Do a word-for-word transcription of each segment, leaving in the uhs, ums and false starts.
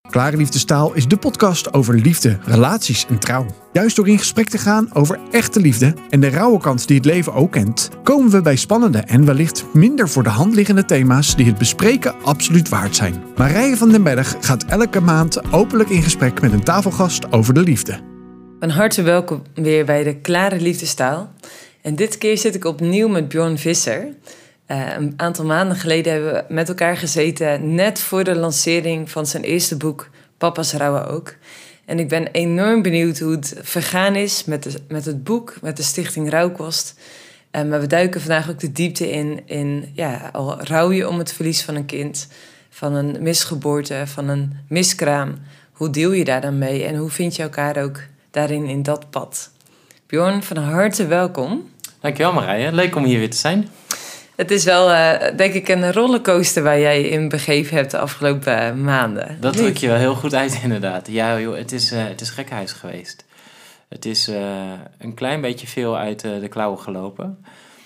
Klare Liefdestaal is de podcast over liefde, relaties en trouw. Juist door in gesprek te gaan over echte liefde en de rauwe kant die het leven ook kent, komen we bij spannende en wellicht minder voor de hand liggende thema's die het bespreken absoluut waard zijn. Marije van den Berg gaat elke maand openlijk in gesprek met een tafelgast over de liefde. Van harte welkom weer bij de Klare Liefdestaal. En dit keer zit ik opnieuw met Bjorn Visser. Uh, een aantal maanden geleden hebben we met elkaar gezeten, net voor de lancering van zijn eerste boek, Papa's Rouwen Ook. En ik ben enorm benieuwd hoe het vergaan is met, de, met het boek, met de Stichting Rouwkost. Uh, maar we duiken vandaag ook de diepte in, in ja, al rouw je om het verlies van een kind, van een misgeboorte, van een miskraam. Hoe deel je daar dan mee en hoe vind je elkaar ook daarin in dat pad? Bjorn, van harte welkom. Dankjewel Marije, leuk om hier weer te zijn. Het is wel, uh, denk ik, een rollercoaster waar jij in begeven hebt de afgelopen uh, maanden. Dat druk je wel heel goed uit, inderdaad. Ja, joh, het is, uh, het is gekkenhuis geweest. Het is uh, een klein beetje veel uit uh, de klauwen gelopen.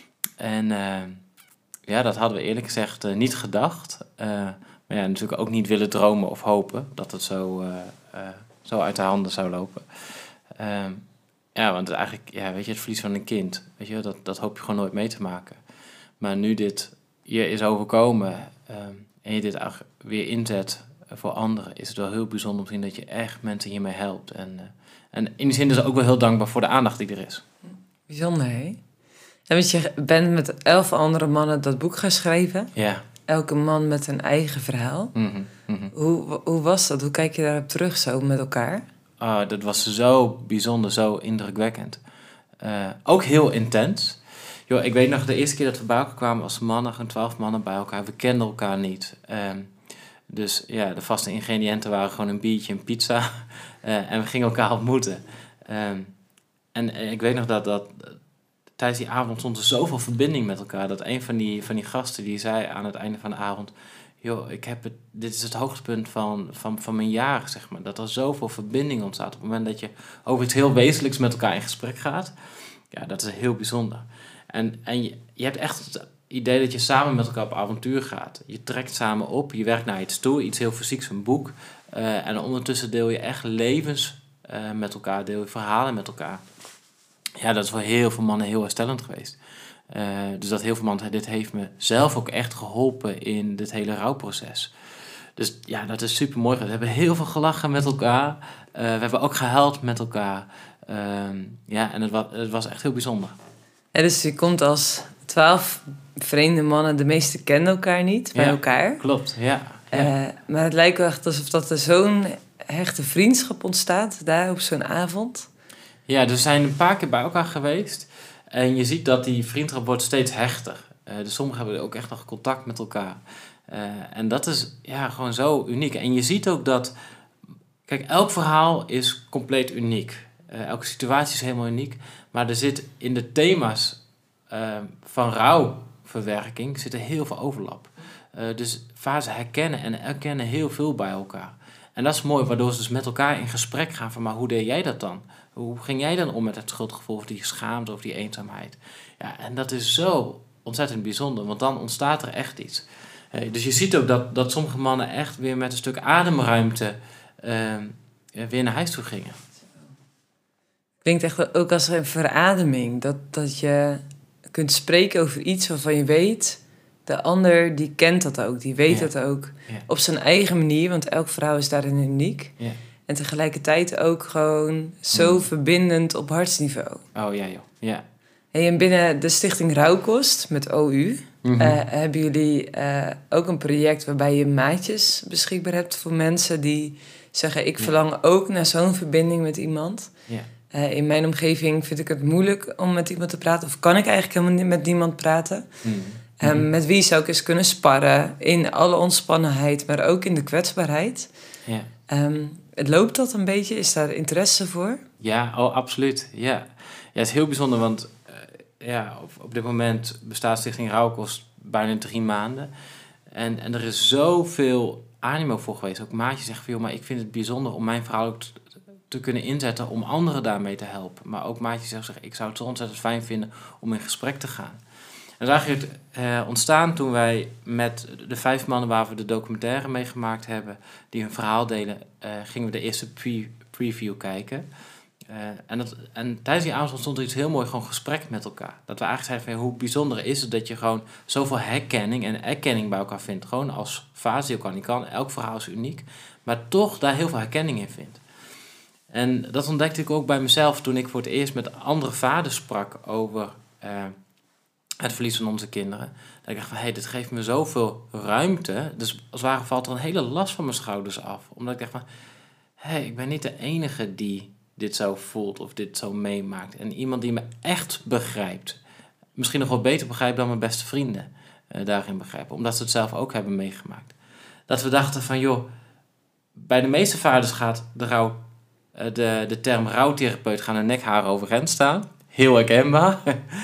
En uh, ja, dat hadden we eerlijk gezegd uh, niet gedacht. Uh, maar ja, natuurlijk ook niet willen dromen of hopen dat het zo, uh, uh, zo uit de handen zou lopen. Uh, ja, want eigenlijk, ja, weet je, het verlies van een kind, weet je, dat, dat hoop je gewoon nooit mee te maken. Maar nu dit je is overkomen uh, en je dit eigenlijk weer inzet voor anderen, is het wel heel bijzonder om te zien dat je echt mensen hiermee helpt. En, uh, en in die zin dus ook wel heel dankbaar voor de aandacht die er is. Bijzonder, hè? En want je bent met elf andere mannen dat boek gaan schrijven. Ja. Elke man met een eigen verhaal. Mm-hmm, mm-hmm. Hoe, hoe was dat? Hoe kijk je daarop terug zo met elkaar? Oh, dat was zo bijzonder, zo indrukwekkend. Uh, ook heel intens. Yo, ik weet nog de eerste keer dat we bij elkaar kwamen als mannen, gewoon twaalf mannen bij elkaar. We kenden elkaar niet. Um, dus ja, de vaste ingrediënten waren gewoon een biertje en pizza. Uh, en we gingen elkaar ontmoeten. Um, en, en ik weet nog dat, dat tijdens die avond stond er zoveel verbinding met elkaar. Dat een van die, van die gasten die zei aan het einde van de avond: joh, ik heb het, dit is het hoogtepunt van, van, van mijn jaar, zeg maar. Dat er zoveel verbinding ontstaat op het moment dat je over iets heel wezenlijks met elkaar in gesprek gaat. Ja, dat is heel bijzonder. En, en je, je hebt echt het idee dat je samen met elkaar op avontuur gaat. Je trekt samen op, je werkt naar iets toe, iets heel fysieks, een boek. Uh, en ondertussen deel je echt levens uh, met elkaar, deel je verhalen met elkaar. Ja, dat is voor heel veel mannen heel herstellend geweest. Uh, dus dat heel veel mannen, dit heeft me zelf ook echt geholpen in dit hele rouwproces. Dus ja, dat is super mooi. We hebben heel veel gelachen met elkaar. Uh, we hebben ook gehuild met elkaar. Uh, ja, en het was, het was echt heel bijzonder. En dus je komt als twaalf vreemde mannen, de meesten kennen elkaar niet, bij ja, elkaar. Klopt, ja. ja. Uh, maar het lijkt wel echt alsof dat er zo'n hechte vriendschap ontstaat daar op zo'n avond. Ja, dus we zijn een paar keer bij elkaar geweest. En je ziet dat die vriendschap wordt steeds hechter. Uh, dus sommigen hebben ook echt nog contact met elkaar. Uh, en dat is ja, gewoon zo uniek. En je ziet ook dat, kijk, elk verhaal is compleet uniek. Uh, elke situatie is helemaal uniek. Maar er zit in de thema's uh, van rouwverwerking zit er heel veel overlap. Uh, dus vaak ze herkennen en herkennen heel veel bij elkaar. En dat is mooi, waardoor ze dus met elkaar in gesprek gaan van, maar hoe deed jij dat dan? Hoe ging jij dan om met het schuldgevoel of die schaamte of die eenzaamheid? Ja, en dat is zo ontzettend bijzonder, want dan ontstaat er echt iets. Uh, dus je ziet ook dat, dat sommige mannen echt weer met een stuk ademruimte uh, weer naar huis toe gingen. Klinkt echt ook als een verademing. Dat, dat je kunt spreken over iets waarvan je weet, de ander die kent dat ook. Die weet ja. dat ook ja. op zijn eigen manier. Want elk verhaal is daarin uniek. Ja. En tegelijkertijd ook gewoon zo mm. verbindend op hartsniveau. Oh ja joh, ja. Hey, en binnen de Stichting Rouwkost met O U mm-hmm. uh, hebben jullie uh, ook een project waarbij je maatjes beschikbaar hebt voor mensen die zeggen, ik verlang ja. ook naar zo'n verbinding met iemand. Ja. Uh, in mijn omgeving vind ik het moeilijk om met iemand te praten. Of kan ik eigenlijk helemaal niet met niemand praten. Mm-hmm. Um, met wie zou ik eens kunnen sparren. In alle ontspannenheid, maar ook in de kwetsbaarheid. Ja. Um, het loopt dat een beetje? Is daar interesse voor? Ja, oh, absoluut. Ja. Ja, het is heel bijzonder, want uh, ja, op, op dit moment bestaat Stichting Rouwkost bijna drie maanden. En, en er is zoveel animo voor geweest. Ook maatjes zeggen van, joh, maar ik vind het bijzonder om mijn verhaal ook te, te kunnen inzetten om anderen daarmee te helpen. Maar ook maatjes zeggen, ik zou het zo ontzettend fijn vinden om in gesprek te gaan. dat is eigenlijk uh, ontstaan toen wij met de vijf mannen waar we de documentaire mee gemaakt hebben, die hun verhaal delen, uh, gingen we de eerste pre- preview kijken. Uh, en, dat, en tijdens die avond ontstond er iets heel mooi, gewoon gesprek met elkaar. Dat we eigenlijk zeiden van, hoe bijzonder is het dat je gewoon zoveel herkenning en erkenning bij elkaar vindt. Gewoon als fase die elkaar niet kan. Elk verhaal is uniek. Maar toch daar heel veel herkenning in vindt. En dat ontdekte ik ook bij mezelf toen ik voor het eerst met andere vaders sprak over uh, het verlies van onze kinderen. Dat ik dacht van, hé, hey, dit geeft me zoveel ruimte. Dus als het ware valt er een hele last van mijn schouders af. Omdat ik dacht van, hé, hey, ik ben niet de enige die dit zo voelt of dit zo meemaakt. En iemand die me echt begrijpt. Misschien nog wel beter begrijpt dan mijn beste vrienden uh, daarin begrijpen. Omdat ze het zelf ook hebben meegemaakt. Dat we dachten van, joh, bij de meeste vaders gaat de, rouw, uh, de, de term rouwtherapeut gaan de nekharen overeind staan. Heel herkenbaar.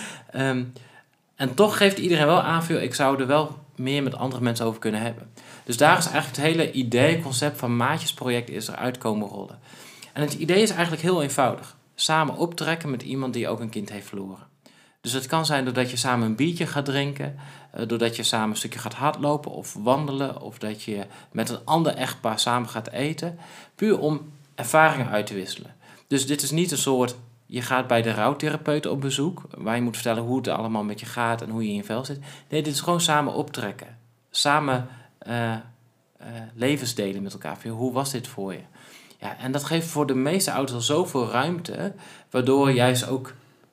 um, en toch geeft iedereen wel aan van, joh, ik zou er wel meer met andere mensen over kunnen hebben. Dus daar is eigenlijk het hele idee, concept van maatjesproject is eruit komen rollen. En het idee is eigenlijk heel eenvoudig. Samen optrekken met iemand die ook een kind heeft verloren. Dus het kan zijn doordat je samen een biertje gaat drinken, doordat je samen een stukje gaat hardlopen of wandelen, of dat je met een ander echtpaar samen gaat eten, puur om ervaringen uit te wisselen. Dus dit is niet een soort, je gaat bij de rouwtherapeut op bezoek, waar je moet vertellen hoe het allemaal met je gaat en hoe je in je vel zit. Nee, dit is gewoon samen optrekken. Samen uh, uh, levensdelen met elkaar. Hoe was dit voor je? Ja, en dat geeft voor de meeste ouders al zoveel ruimte, waardoor juist ook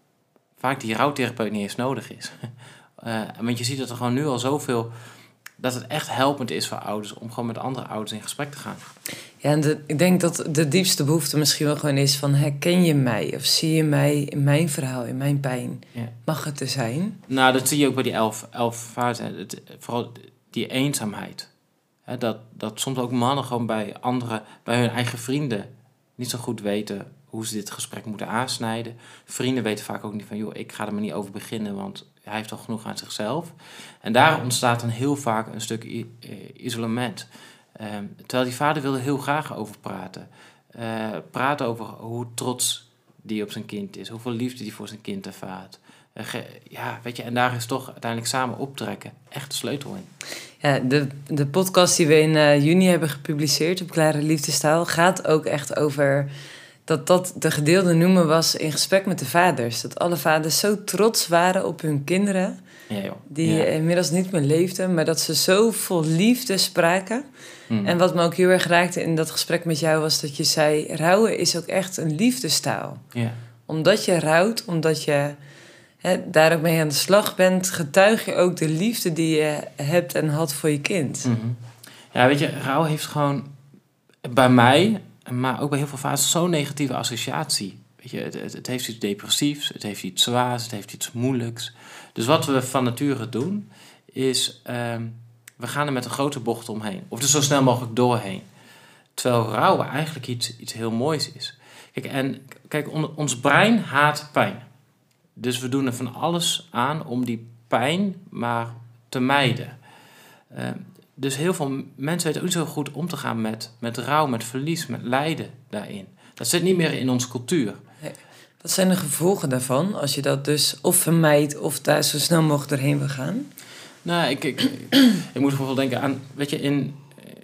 vaak die rouwtherapeut niet eens nodig is. uh, want je ziet dat er gewoon nu al zoveel, dat het echt helpend is voor ouders om gewoon met andere ouders in gesprek te gaan. Ja, en de, ik denk dat de diepste behoefte misschien wel gewoon is van, herken je mij of zie je mij in mijn verhaal, in mijn pijn? Ja. Mag het er zijn? Nou, dat zie je ook bij die elf, elf fasen. Het, vooral die eenzaamheid. He, dat, dat soms ook mannen gewoon bij anderen, bij hun eigen vrienden, niet zo goed weten hoe ze dit gesprek moeten aansnijden. Vrienden weten vaak ook niet van, joh, ik ga er maar niet over beginnen, want hij heeft al genoeg aan zichzelf. En daar ontstaat dan heel vaak een stuk i- isolement. Um, terwijl die vader wilde heel graag over praten. Uh, praten over hoe trots die op zijn kind is, hoeveel liefde die voor zijn kind ervaart. Uh, ge- ja, weet je, en daar is toch uiteindelijk samen optrekken echt de sleutel in. Ja, de, de podcast die we in uh, juni hebben gepubliceerd op Klare Liefdestaal gaat ook echt over dat dat de gedeelde noemer was in gesprek met de vaders. Dat alle vaders zo trots waren op hun kinderen, ja, joh. die ja. inmiddels niet meer leefden, maar dat ze zo vol liefde spraken. Hmm. En wat me ook heel erg raakte in dat gesprek met jou was dat je zei, rouwen is ook echt een liefdestaal. Ja. Omdat je rouwt, omdat je He, daar ook mee aan de slag bent, getuig je ook de liefde die je hebt en had voor je kind. Mm-hmm. Ja, weet je, rouw heeft gewoon bij mij, maar ook bij heel veel vaders, zo'n negatieve associatie. Weet je, het, het, het heeft iets depressiefs, het heeft iets zwaars, het heeft iets moeilijks. Dus wat we van nature doen, is um, we gaan er met een grote bocht omheen. Of er zo snel mogelijk doorheen. Terwijl rouwen eigenlijk iets, iets heel moois is. Kijk, en kijk, on, ons brein haat pijn. Dus we doen er van alles aan om die pijn maar te mijden. Uh, dus heel veel mensen weten ook niet zo goed om te gaan met, met rouw, met verlies, met lijden daarin. Dat zit niet meer in onze cultuur. Nee. Wat zijn de gevolgen daarvan als je dat dus of vermijdt of daar zo snel mogelijk doorheen wil gaan? Nou, ik, ik, ik moet bijvoorbeeld denken aan, weet je, in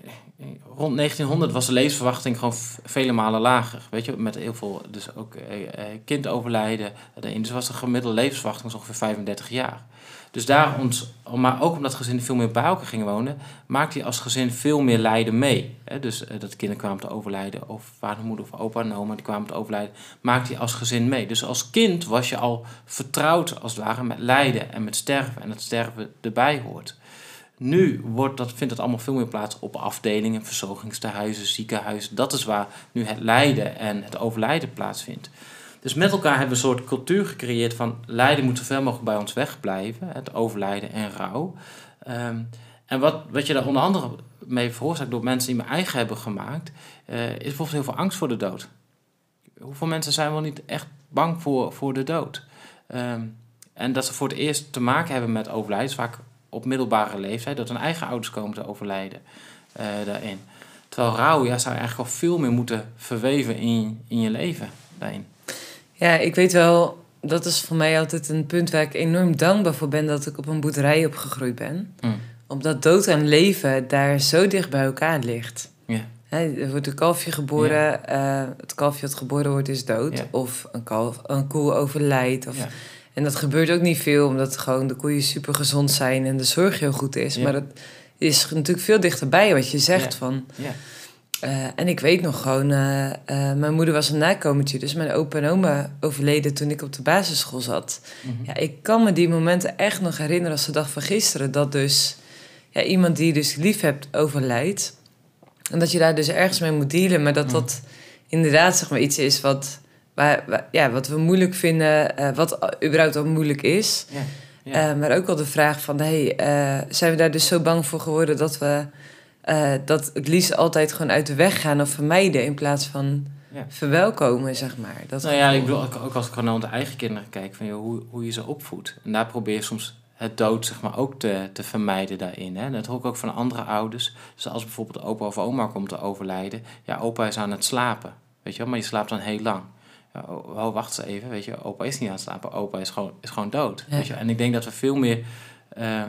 rond negentienhonderd was de levensverwachting gewoon vele malen lager. Weet je, met heel veel, dus ook eh, kind overlijden. Dus was de gemiddelde levensverwachting ongeveer vijfendertig jaar. Dus daar, ons, maar ook omdat gezinnen veel meer bij elkaar gingen wonen, maakte je als gezin veel meer lijden mee. Hè? Dus eh, dat kinderen kwamen te overlijden, of vader, moeder of opa en oma, die kwamen te overlijden, maakte je als gezin mee. Dus als kind was je al vertrouwd, als het ware, met lijden en met sterven. En dat sterven erbij hoort. Nu wordt dat, vindt het allemaal veel meer plaats op afdelingen, verzorgingstehuizen, ziekenhuizen. Dat is waar nu het lijden en het overlijden plaatsvindt. Dus met elkaar hebben we een soort cultuur gecreëerd van lijden moet zoveel mogelijk bij ons wegblijven. Het overlijden en rouw. Um, en wat, wat je daar onder andere mee veroorzaakt door mensen die me eigen hebben gemaakt, uh, is bijvoorbeeld heel veel angst voor de dood. Hoeveel mensen zijn wel niet echt bang voor, voor de dood? Um, en dat ze voor het eerst te maken hebben met overlijden, vaak op middelbare leeftijd, dat hun eigen ouders komen te overlijden uh, daarin. Terwijl rouw, ja, zou je eigenlijk al veel meer moeten verweven in, in je leven daarin. Ja, ik weet wel, dat is voor mij altijd een punt waar ik enorm dankbaar voor ben dat ik op een boerderij opgegroeid ben. Mm. Omdat dood en leven daar zo dicht bij elkaar ligt. Ja. He, er wordt een kalfje geboren, ja. uh, het kalfje dat geboren wordt is dood. Ja. Of een, kalf, een koe overlijdt. Of, ja. En dat gebeurt ook niet veel, omdat gewoon de koeien super gezond zijn en de zorg heel goed is. Ja. Maar dat is natuurlijk veel dichterbij wat je zegt. Ja. Van, ja. Uh, en ik weet nog gewoon, uh, uh, mijn moeder was een nakomertje, dus mijn opa en oma overleden toen ik op de basisschool zat. Mm-hmm. Ja, ik kan me die momenten echt nog herinneren als de dag van gisteren, dat dus ja, iemand die je dus lief hebt overlijdt. En dat je daar dus ergens mee moet dealen, maar dat mm. dat inderdaad zeg maar iets is wat, waar, waar, ja, wat we moeilijk vinden, uh, wat überhaupt al moeilijk is. Ja. Ja. Uh, maar ook al de vraag van, hey, uh, zijn we daar dus zo bang voor geworden dat we Uh, dat het liefst altijd gewoon uit de weg gaan of vermijden in plaats van ja. verwelkomen, zeg maar. Dat nou ja, ik bedoel, ook, ook als ik gewoon naar onze eigen kinderen kijk, van joh, hoe, hoe je ze opvoedt. En daar probeer je soms het dood, zeg maar, ook te, te vermijden daarin. Hè? Dat hoor ik ook van andere ouders. Dus als bijvoorbeeld opa of oma komt te overlijden, ja, opa is aan het slapen, weet je wel, maar je slaapt dan heel lang. Ja, oh, wacht eens even, weet je, opa is niet aan het slapen, opa is gewoon, is gewoon dood. Ja. Weet je? En ik denk dat we veel meer Uh,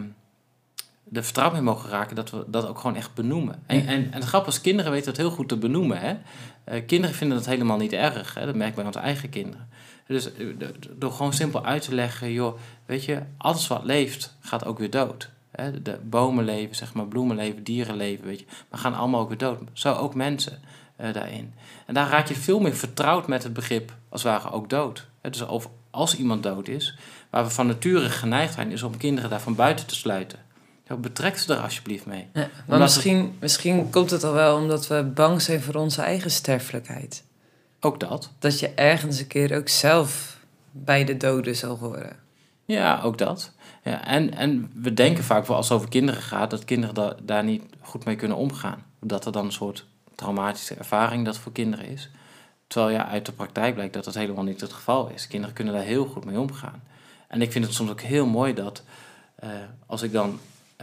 de vertrouwen in mogen raken, dat we dat ook gewoon echt benoemen. En, en, en het grappige is, kinderen weten dat heel goed te benoemen. Hè? Uh, kinderen vinden dat helemaal niet erg. Hè? Dat merk ik bij onze eigen kinderen. Dus uh, door gewoon simpel uit te leggen, joh, weet je, alles wat leeft, gaat ook weer dood. Hè? De, de bomen leven, zeg maar, bloemen leven, dieren leven, weet je, maar gaan allemaal ook weer dood. Zo ook mensen uh, daarin. En daar raak je veel meer vertrouwd met het begrip, als het ware, ook dood. Hè? Dus of, als iemand dood is, waar we van nature geneigd zijn, is om kinderen daarvan buiten te sluiten. Betrek ze er alsjeblieft mee. Ja, maar misschien, het... misschien komt het al wel omdat we bang zijn voor onze eigen sterfelijkheid. Ook dat. Dat je ergens een keer ook zelf bij de doden zal horen. Ja, ook dat. Ja, en, en we denken vaak wel als het over kinderen gaat, dat kinderen da- daar niet goed mee kunnen omgaan. Dat er dan een soort traumatische ervaring dat voor kinderen is. Terwijl ja, uit de praktijk blijkt dat dat helemaal niet het geval is. Kinderen kunnen daar heel goed mee omgaan. En ik vind het soms ook heel mooi dat uh, als ik dan Uh,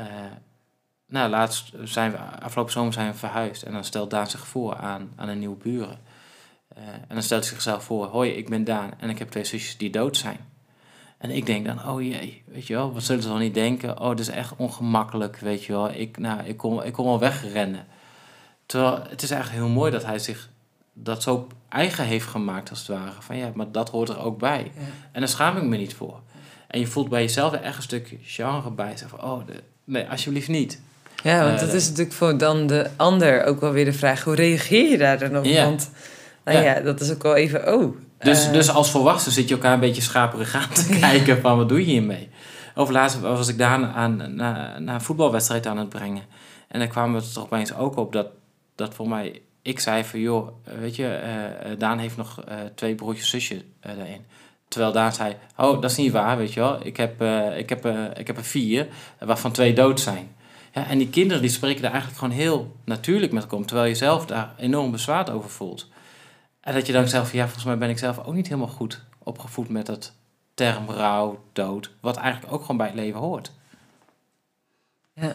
nou, laatst zijn we, afgelopen zomer zijn we verhuisd. En dan stelt Daan zich voor aan, aan een nieuwe buren. Uh, en dan stelt hij zichzelf voor, hoi, ik ben Daan en ik heb twee zusjes die dood zijn. En ik denk dan, oh jee, weet je wel, wat zullen ze wel niet denken? Oh, dit is echt ongemakkelijk, weet je wel. Ik, nou, ik, kom, ik kom wel wegrennen. Terwijl het is eigenlijk heel mooi dat hij zich dat zo eigen heeft gemaakt, als het ware. Van ja, maar dat hoort er ook bij. Ja. En daar schaam ik me niet voor. En je voelt bij jezelf er echt een stukje genre bij. Zeg van, oh, de, nee, alsjeblieft niet. Ja, want uh, dat is natuurlijk voor dan de ander ook wel weer de vraag, hoe reageer je daar dan op? Ja. Want nou ja. ja, dat is ook wel even, oh. Dus, uh, dus als volwassen zit je elkaar een beetje schaperig aan te kijken van, wat doe je hiermee? Over laatst was ik daar aan, na, na een voetbalwedstrijd aan het brengen. En dan kwamen we er toch opeens ook op dat, dat voor mij, ik zei van, joh, weet je, uh, Daan heeft nog uh, twee broertjes, zusjes uh, daarin. Terwijl Daan zei, oh, dat is niet waar, weet je wel. Ik heb, uh, ik heb, uh, ik heb er vier, waarvan twee dood zijn. Ja, en die kinderen die spreken daar eigenlijk gewoon heel natuurlijk met elkaar om. Terwijl je zelf daar enorm bezwaard over voelt. En dat je dan zelf, ja, volgens mij ben ik zelf ook niet helemaal goed opgevoed met dat term rouw, dood. Wat eigenlijk ook gewoon bij het leven hoort. Ja.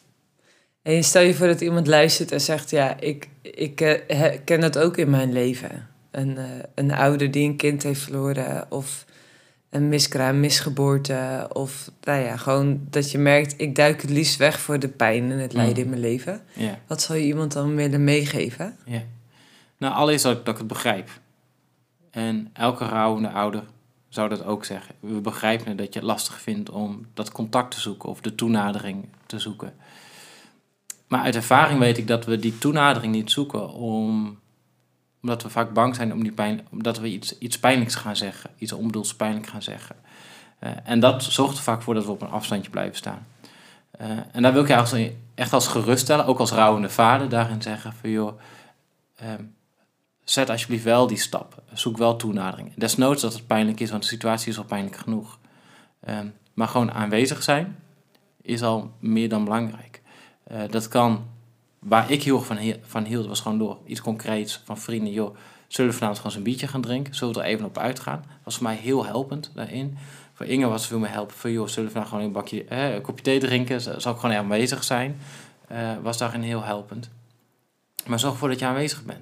En stel je voor dat iemand luistert en zegt, ja, ik, ik uh, ken dat ook in mijn leven. Een, uh, een ouder die een kind heeft verloren, of een miskraam, misgeboorte, of nou ja, gewoon dat je merkt, ik duik het liefst weg voor de pijn en het lijden mm. in mijn leven. Yeah. Wat zou je iemand dan willen meegeven? Ja. Yeah. Nou, allereerst dat ik, dat ik het begrijp. En elke rouwende ouder zou dat ook zeggen. We begrijpen dat je het lastig vindt om dat contact te zoeken of de toenadering te zoeken. Maar uit ervaring weet ik dat we die toenadering niet zoeken om... omdat we vaak bang zijn om die pijn, omdat we iets, iets pijnlijks gaan zeggen. Iets onbedoelds pijnlijk gaan zeggen. Uh, en dat zorgt er vaak voor dat we op een afstandje blijven staan. Uh, en daar wil ik je als, echt als geruststellen, ook als rouwende vader, daarin zeggen van joh, um, zet alsjeblieft wel die stap. Zoek wel toenadering. Desnoods dat het pijnlijk is, want de situatie is al pijnlijk genoeg. Um, maar gewoon aanwezig zijn is al meer dan belangrijk. Uh, dat kan... Waar ik heel erg van, he- van hield, was gewoon door iets concreets van vrienden. Joh, zullen we vanavond gewoon eens een biertje gaan drinken? Zullen we er even op uitgaan? Dat was voor mij heel helpend daarin. Voor Inge was het veel meer helpen. Voor joh, zullen we vanavond gewoon een, bakje, eh, een kopje thee drinken? Zal ik gewoon aanwezig zijn? Uh, was daarin heel helpend. Maar zorg ervoor dat je aanwezig bent.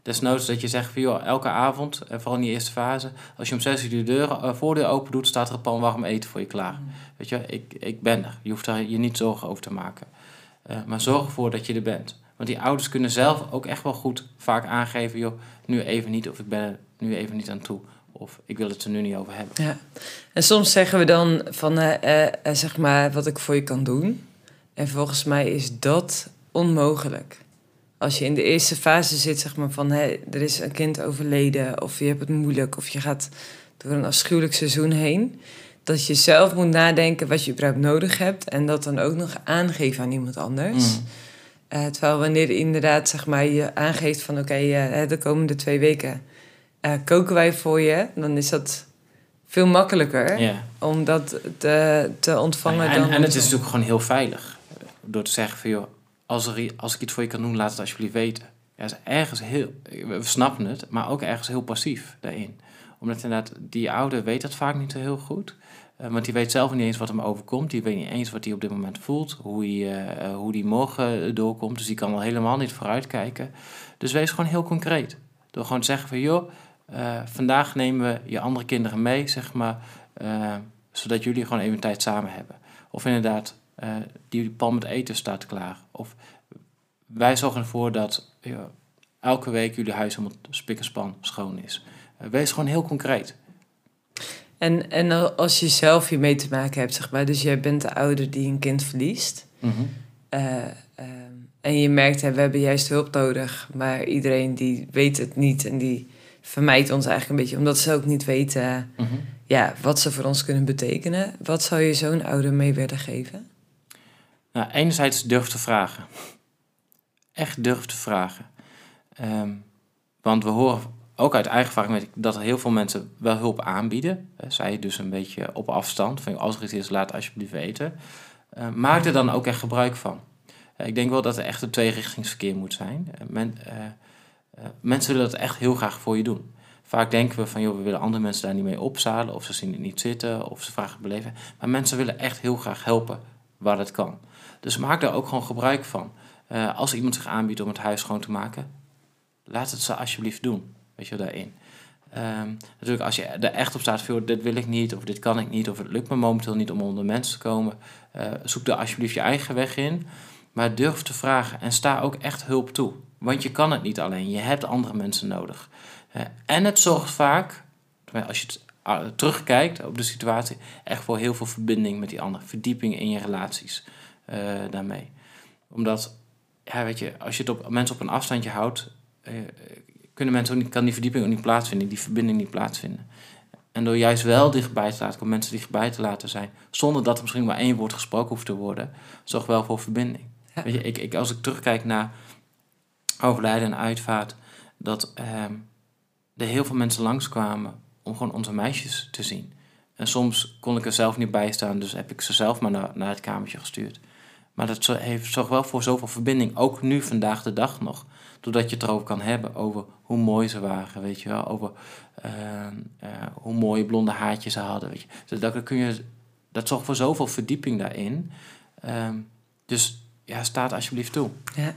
Desnoods dat je zegt van, joh, elke avond, uh, vooral in die eerste fase, als je om zes uur de deur, uh, voordeur open doet, staat er een pan warm eten voor je klaar. Mm. Weet je, ik, ik ben er. Je hoeft daar je niet zorgen over te maken. Uh, maar zorg ervoor dat je er bent. Want die ouders kunnen zelf ook echt wel goed vaak aangeven, joh, nu even niet, of ik ben er nu even niet aan toe. Of ik wil het er nu niet over hebben. Ja. En soms zeggen we dan van, uh, uh, zeg maar, wat ik voor je kan doen. En volgens mij is dat onmogelijk. Als je in de eerste fase zit, zeg maar, van, hé, er is een kind overleden, of je hebt het moeilijk, of je gaat door een afschuwelijk seizoen heen, dat je zelf moet nadenken wat je überhaupt nodig hebt en dat dan ook nog aangeven aan iemand anders. Mm. Uh, terwijl wanneer je inderdaad, zeg maar, je aangeeft van, oké, okay, uh, de komende twee weken uh, koken wij voor je, dan is dat veel makkelijker yeah. om dat te, te ontvangen. Ja, en, dan en het is natuurlijk gewoon heel veilig. Door te zeggen van, joh, als, er, als ik iets voor je kan doen, laat het alsjeblieft weten. Ja, is ergens heel, we snappen het, maar ook ergens heel passief daarin. Omdat inderdaad, die ouder weet dat vaak niet heel goed. Uh, want die weet zelf niet eens wat hem overkomt. Die weet niet eens wat hij op dit moment voelt. Hoe hij, uh, hoe die morgen doorkomt. Dus die kan al helemaal niet vooruitkijken. Dus wees gewoon heel concreet. Door gewoon te zeggen van, joh, uh, vandaag nemen we je andere kinderen mee, zeg maar. Uh, zodat jullie gewoon even tijd samen hebben. Of inderdaad, uh, die pan met eten staat klaar. Of wij zorgen ervoor dat uh, elke week jullie huis helemaal spik en span schoon is. Uh, wees gewoon heel concreet. En, en als je zelf hiermee te maken hebt, zeg maar, dus jij bent de ouder die een kind verliest. Mm-hmm. Uh, uh, en je merkt, hè, we hebben juist hulp nodig, maar iedereen die weet het niet en die vermijdt ons eigenlijk een beetje, omdat ze ook niet weten mm-hmm. ja, wat ze voor ons kunnen betekenen. Wat zou je zo'n ouder mee willen geven? Nou, enerzijds durf te vragen. Echt durf te vragen. Um, want we horen ook uit eigen ervaring weet ik dat er heel veel mensen wel hulp aanbieden. Uh, zij dus een beetje op afstand. Van, als er iets is, laat alsjeblieft weten. Uh, maak er dan ook echt gebruik van. Uh, ik denk wel dat er echt een tweerichtingsverkeer moet zijn. Uh, men, uh, uh, mensen willen dat echt heel graag voor je doen. Vaak denken we van, joh, we willen andere mensen daar niet mee opzadelen. Of ze zien het niet zitten. Of ze vragen het beleven. Maar mensen willen echt heel graag helpen waar het kan. Dus maak daar ook gewoon gebruik van. Uh, als iemand zich aanbiedt om het huis schoon te maken, laat het ze alsjeblieft doen. Weet je, daarin. Um, natuurlijk, als je er echt op staat voor, dit wil ik niet, of dit kan ik niet, of het lukt me momenteel niet om onder mensen te komen, uh, zoek daar alsjeblieft je eigen weg in. Maar durf te vragen en sta ook echt hulp toe. Want je kan het niet alleen, je hebt andere mensen nodig. Uh, en het zorgt vaak, als je het uh, terugkijkt op de situatie, echt voor heel veel verbinding met die anderen. Verdieping in je relaties uh, daarmee. Omdat, ja, weet je, als je het op mensen op een afstandje houdt, uh, kunnen mensen ook niet, kan die verdieping ook niet plaatsvinden, die verbinding niet plaatsvinden. En door juist wel dichtbij te laten komen, mensen dichtbij te laten zijn, zonder dat er misschien maar één woord gesproken hoeft te worden, zorgt wel voor verbinding. Ja. Weet je, ik, ik, als ik terugkijk naar overlijden en uitvaart, dat eh, er heel veel mensen langskwamen om gewoon onze meisjes te zien. En soms kon ik er zelf niet bij staan, dus heb ik ze zelf maar naar, naar het kamertje gestuurd. Maar dat heeft, zorgt wel voor zoveel verbinding, ook nu vandaag de dag nog. Doordat je het erover kan hebben, over hoe mooi ze waren, weet je wel. Over uh, uh, hoe mooie blonde haartjes ze hadden, weet je. Dus dat, kun je, dat zorgt voor zoveel verdieping daarin. Um, dus ja, sta het alsjeblieft toe. Ja.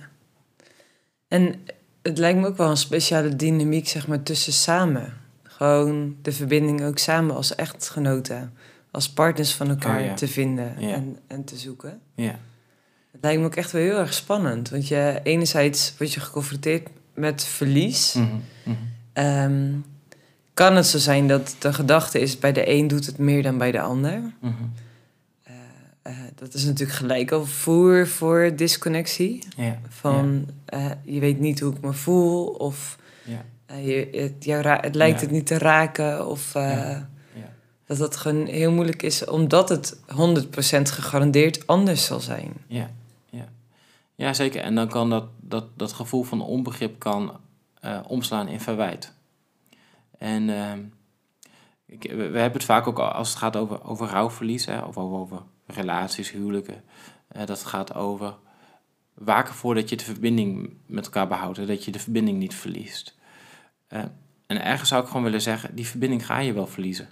En het lijkt me ook wel een speciale dynamiek, zeg maar, tussen samen. Gewoon de verbinding ook samen als echtgenoten, als partners van elkaar oh, ja. te vinden ja. en, en te zoeken. Ja. Het lijkt me ook echt wel heel erg spannend. Want je, enerzijds word je geconfronteerd met verlies. Mm-hmm. Mm-hmm. Um, kan het zo zijn dat de gedachte is, bij de een doet het meer dan bij de ander. Mm-hmm. Uh, uh, dat is natuurlijk gelijk al voer voor disconnectie. Yeah. Van, yeah. uh, je weet niet hoe ik me voel. Of yeah. uh, je, het, jou ra- het lijkt yeah. het niet te raken. Of uh, yeah. Yeah. dat het gewoon heel moeilijk is, omdat het honderd procent gegarandeerd anders zal zijn. Ja. Ja, zeker. En dan kan dat, dat, dat gevoel van onbegrip kan uh, omslaan in verwijt. En uh, ik, we, we hebben het vaak ook als het gaat over, over rouwverlies, hè, of over, over relaties, huwelijken. Uh, dat het gaat over waken ervoor dat je de verbinding met elkaar behoudt. En dat je de verbinding niet verliest. Uh, en ergens zou ik gewoon willen zeggen, die verbinding ga je wel verliezen.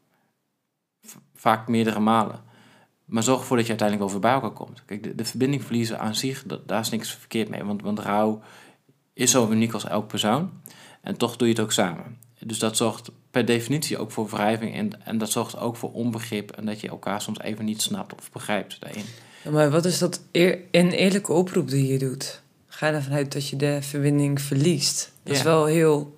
V- vaak meerdere malen. Maar zorg ervoor dat je uiteindelijk wel weer bij elkaar komt. Kijk, de, de verbinding verliezen aan zich, dat, daar is niks verkeerd mee. Want, want rouw is zo uniek als elk persoon. En toch doe je het ook samen. Dus dat zorgt per definitie ook voor wrijving. En, en dat zorgt ook voor onbegrip. En dat je elkaar soms even niet snapt of begrijpt daarin. Ja, maar wat is dat eer, een eerlijke oproep die je doet? Ga ervan uit dat je de verbinding verliest. Dat Ja. is wel heel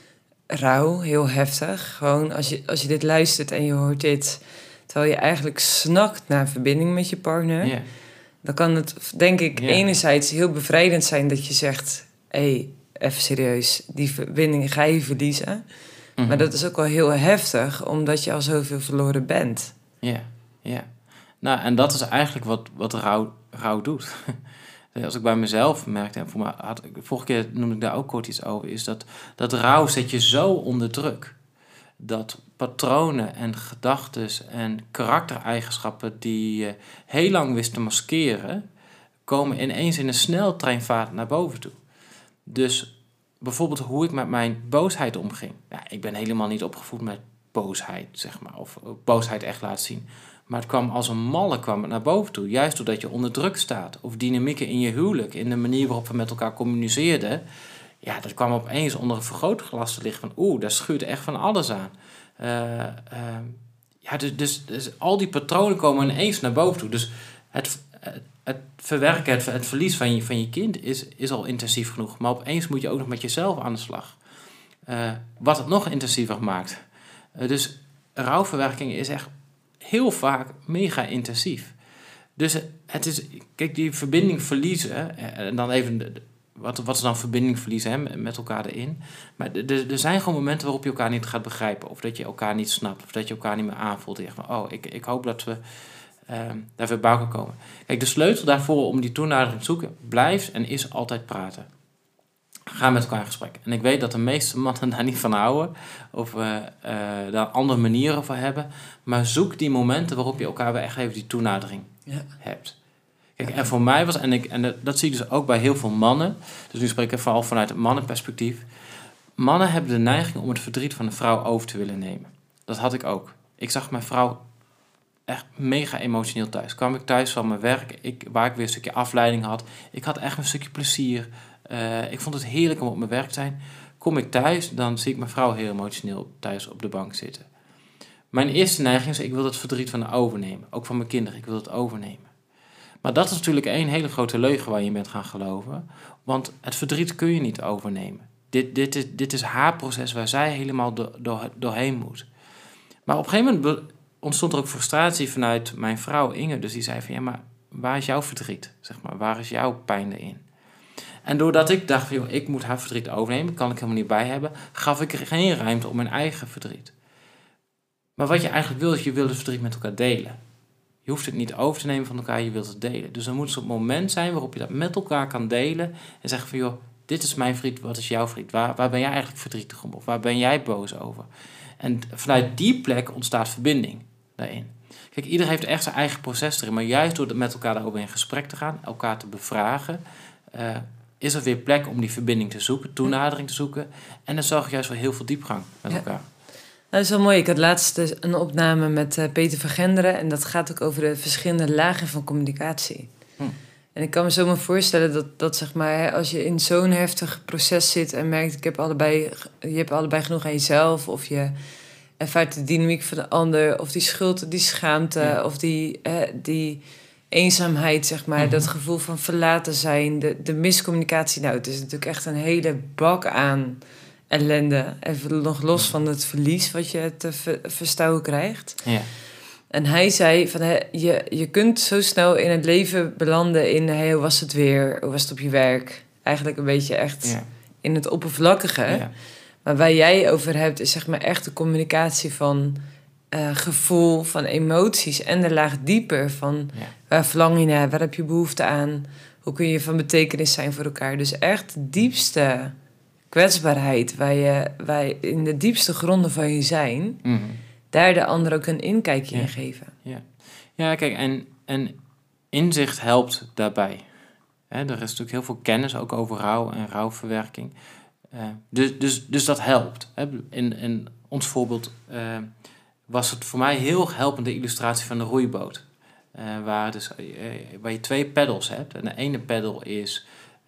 rauw, heel heftig. Gewoon als je, als je dit luistert en je hoort dit... terwijl je eigenlijk snakt naar verbinding met je partner... Ja. dan kan het, denk ik, Ja. enerzijds heel bevrijdend zijn... dat je zegt, hé, hey, even serieus, die verbinding ga je verliezen. Mm-hmm. Maar dat is ook wel heel heftig, omdat je al zoveel verloren bent. Ja, ja. Nou, en dat is eigenlijk wat, wat rouw, rouw doet. Als ik bij mezelf merkte, en voor mij had, vorige keer noemde ik daar ook kort iets over... is dat, dat rouw zet je zo onder druk... dat patronen en gedachten en karaktereigenschappen... die je heel lang wist te maskeren... komen ineens in een sneltreinvaart naar boven toe. Dus bijvoorbeeld hoe ik met mijn boosheid omging. Ja, ik ben helemaal niet opgevoed met boosheid, zeg maar. Of boosheid echt laten zien. Maar het kwam als een malle kwam het naar boven toe. Juist doordat je onder druk staat. Of dynamieken in je huwelijk. In de manier waarop we met elkaar communiceerden. Ja, dat kwam opeens onder een vergrootglas te liggen. Van oeh, daar schuurt echt van alles aan. Uh, uh, ja, dus, dus, dus al die patronen komen ineens naar boven toe. Dus het... het Het verwerken, het, het verlies van je, van je kind is, is al intensief genoeg. Maar opeens moet je ook nog met jezelf aan de slag. Uh, wat het nog intensiever maakt. Uh, dus rouwverwerking is echt heel vaak mega intensief. Dus het is, kijk, die verbinding verliezen. En dan even, wat, wat is dan verbinding verliezen hè, met elkaar erin? Maar er zijn gewoon momenten waarop je elkaar niet gaat begrijpen. Of dat je elkaar niet snapt. Of dat je elkaar niet meer aanvoelt. En je van, oh, ik, ik hoop dat we... Uh, daar weer bij elkaar komen. Kijk, de sleutel daarvoor om die toenadering te zoeken... blijft en is altijd praten. Ga met elkaar in gesprek. En ik weet dat de meeste mannen daar niet van houden... of uh, uh, daar andere manieren voor hebben... maar zoek die momenten waarop je elkaar weer echt even die toenadering ja. hebt. Kijk, en voor mij was... en, ik, en dat zie ik dus ook bij heel veel mannen... dus nu spreek ik vooral vanuit het mannenperspectief... mannen hebben de neiging om het verdriet van de vrouw over te willen nemen. Dat had ik ook. Ik zag mijn vrouw... echt mega emotioneel thuis. Kwam ik thuis van mijn werk, ik, waar ik weer een stukje afleiding had. Ik had echt een stukje plezier. Uh, ik vond het heerlijk om op mijn werk te zijn. Kom ik thuis, dan zie ik mijn vrouw heel emotioneel thuis op de bank zitten. Mijn eerste neiging is, ik wil het verdriet van haar overnemen. Ook van mijn kinderen, ik wil het overnemen. Maar dat is natuurlijk één hele grote leugen waar je bent gaan geloven. Want het verdriet kun je niet overnemen. Dit, dit, is, dit is haar proces waar zij helemaal do, do, doorheen moet. Maar op een gegeven moment... ontstond er ook frustratie vanuit mijn vrouw Inge. Dus die zei van, ja, maar waar is jouw verdriet? Zeg maar, waar is jouw pijn erin? En doordat ik dacht, joh, ik moet haar verdriet overnemen... kan ik helemaal niet bij hebben... gaf ik er geen ruimte om mijn eigen verdriet. Maar wat je eigenlijk wil, is je wil het verdriet met elkaar delen. Je hoeft het niet over te nemen van elkaar, je wilt het delen. Dus dan moet het op het moment zijn waarop je dat met elkaar kan delen... en zeggen van, joh, dit is mijn verdriet, wat is jouw verdriet? Waar, waar ben jij eigenlijk verdrietig om? Of waar ben jij boos over? En vanuit die plek ontstaat verbinding daarin. Kijk, iedereen heeft echt zijn eigen proces erin. Maar juist door met elkaar daarover in gesprek te gaan, elkaar te bevragen... Uh, is er weer plek om die verbinding te zoeken, toenadering te zoeken. En dan zorg je juist voor heel veel diepgang met ja. elkaar. Dat is wel mooi. Ik had laatst een opname met uh, Peter van Genderen... en dat gaat ook over de verschillende lagen van communicatie. Hm. En ik kan me zo maar voorstellen dat, dat zeg maar, als je in zo'n heftig proces zit... en merkt, ik heb allebei, je hebt allebei genoeg aan jezelf... of je ervaart de dynamiek van de ander... of die schuld, die schaamte, ja. of die, uh, die eenzaamheid, zeg maar... Mm-hmm. Dat gevoel van verlaten zijn, de, de miscommunicatie. Nou, het is natuurlijk echt een hele bak aan ellende. Even nog los van het verlies wat je te ver, verstouwen krijgt. Ja. En hij zei, van, he, je, je kunt zo snel in het leven belanden in... Hey, hoe was het weer? Hoe was het op je werk? Eigenlijk een beetje echt ja. in het oppervlakkige. Ja. Maar waar jij over hebt, is zeg maar echt de communicatie van uh, gevoel, van emoties... en de laag dieper van ja. waar verlang je naar, waar heb je behoefte aan... hoe kun je van betekenis zijn voor elkaar. Dus echt de diepste kwetsbaarheid, waar je, waar je in de diepste gronden van je zijn... Mm-hmm. daar de ander ook een inkijkje ja. in geven. Ja, ja kijk, en, en inzicht helpt daarbij. Hè, er is natuurlijk heel veel kennis ook over rouw en rouwverwerking... Uh, dus, dus, dus dat helpt. Hè. In, in ons voorbeeld uh, was het voor mij heel helpende illustratie van de roeiboot. Uh, waar, dus, uh, waar je twee peddels hebt. En de ene peddel is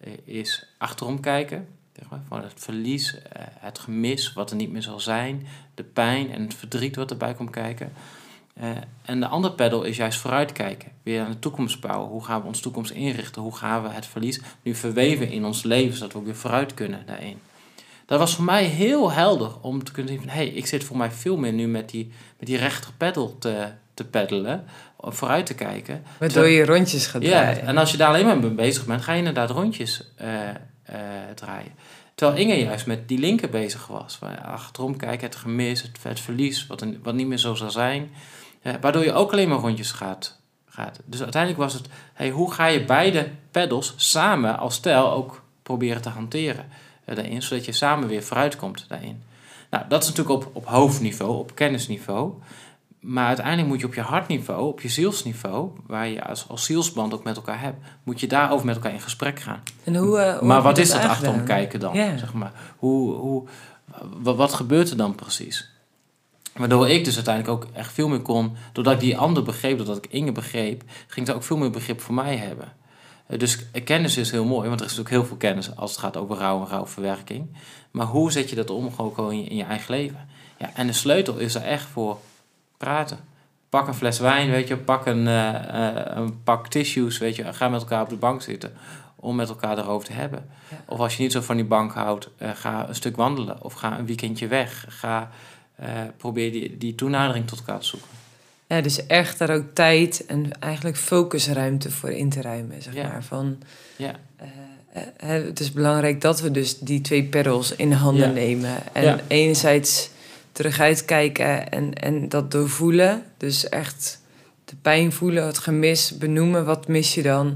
is achterom kijken. Zeg maar, van het verlies, uh, het gemis, wat er niet meer zal zijn. De pijn en het verdriet wat erbij komt kijken. Uh, en de andere peddel is juist vooruitkijken. Weer aan de toekomst bouwen. Hoe gaan we onze toekomst inrichten? Hoe gaan we het verlies nu verweven in ons leven, zodat we ook weer vooruit kunnen daarin? Dat was voor mij heel helder om te kunnen zien van... hé, hey, ik zit voor mij veel meer nu met die, met die rechter peddel te, te peddelen. Om vooruit te kijken. Waardoor je rondjes gaat draaien. Ja, en als je daar alleen maar mee bezig bent, ga je inderdaad rondjes uh, uh, draaien. Terwijl Inge juist met die linker bezig was. Achterom kijken, het gemis, het, het verlies, wat, een, wat niet meer zo zal zijn... Ja, waardoor je ook alleen maar rondjes gaat, gaat. Dus uiteindelijk was het... Hey, hoe ga je beide peddels samen als stel ook proberen te hanteren uh, daarin... zodat je samen weer vooruit komt daarin. Nou, dat is natuurlijk op, op hoofdniveau, op kennisniveau. Maar uiteindelijk moet je op je hartniveau, op je zielsniveau... waar je als, als zielsband ook met elkaar hebt... moet je daarover met elkaar in gesprek gaan. En hoe, uh, hoe maar wat is dat achterom kijken dan? Ja. Zeg maar? hoe, hoe, wat, wat gebeurt er dan precies? Waardoor ik dus uiteindelijk ook echt veel meer kon... doordat ik die ander begreep, doordat ik Inge begreep... ging ik ook veel meer begrip voor mij hebben. Uh, dus kennis is heel mooi, want er is natuurlijk heel veel kennis... als het gaat over rouw en rouwverwerking. Maar hoe zet je dat om ook in je, in je eigen leven? Ja, en de sleutel is er echt voor praten. Pak een fles wijn, weet je, pak een, uh, uh, een pak tissues, weet je... ga met elkaar op de bank zitten om met elkaar erover te hebben. Ja. Of als je niet zo van die bank houdt, uh, ga een stuk wandelen... of ga een weekendje weg, ga... Uh, probeer die, die toenadering tot elkaar te zoeken. Ja, dus echt daar ook tijd en eigenlijk focusruimte voor in te ruimen, zeg ja. maar. Van, ja. uh, uh, het is belangrijk dat we dus die twee peddels in handen ja. nemen. En ja. enerzijds terug uitkijken en, en dat doorvoelen. Dus echt de pijn voelen, het gemis, benoemen. Wat mis je dan?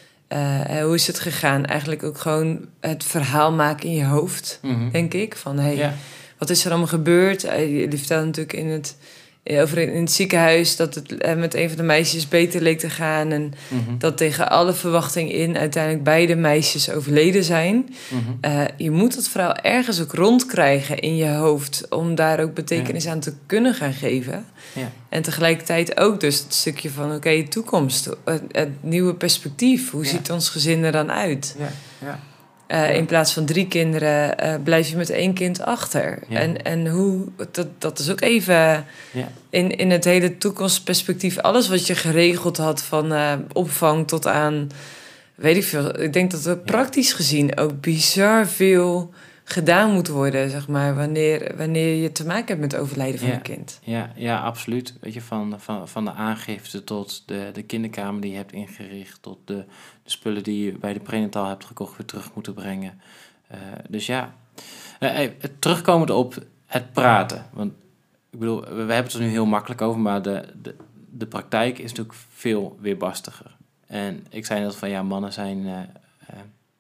Uh, hoe is het gegaan? Eigenlijk ook gewoon het verhaal maken in je hoofd, mm-hmm. denk ik. Van, hey, ja. wat is er allemaal gebeurd? Je vertelde natuurlijk in het, over in het ziekenhuis... dat het met een van de meisjes beter leek te gaan... en mm-hmm. dat tegen alle verwachting in... uiteindelijk beide meisjes overleden zijn. Mm-hmm. Uh, je moet het verhaal ergens ook rondkrijgen in je hoofd... om daar ook betekenis ja. aan te kunnen gaan geven. Ja. En tegelijkertijd ook dus het stukje van... oké, okay, toekomst, het, het nieuwe perspectief. Hoe ja. ziet ons gezin er dan uit? Ja, ja. Uh, in plaats van drie kinderen uh, blijf je met één kind achter. Ja. En, en hoe, dat, dat is ook even ja. in, in het hele toekomstperspectief... alles wat je geregeld had van uh, opvang tot aan... weet ik veel. Ik denk dat er praktisch gezien ook bizar veel gedaan moet worden... zeg maar, wanneer, wanneer je te maken hebt met het overlijden van ja. een kind. Ja, ja, absoluut. Weet je, van, van, van de aangifte tot de, de kinderkamer die je hebt ingericht... tot de, de spullen die je bij de prenatal hebt gekocht weer terug moeten brengen. Uh, dus ja, uh, hey, terugkomend op het praten. Want ik bedoel, we hebben het er nu heel makkelijk over... maar de, de, de praktijk is natuurlijk veel weerbarstiger. En ik zei net van ja, mannen zijn... Uh, uh,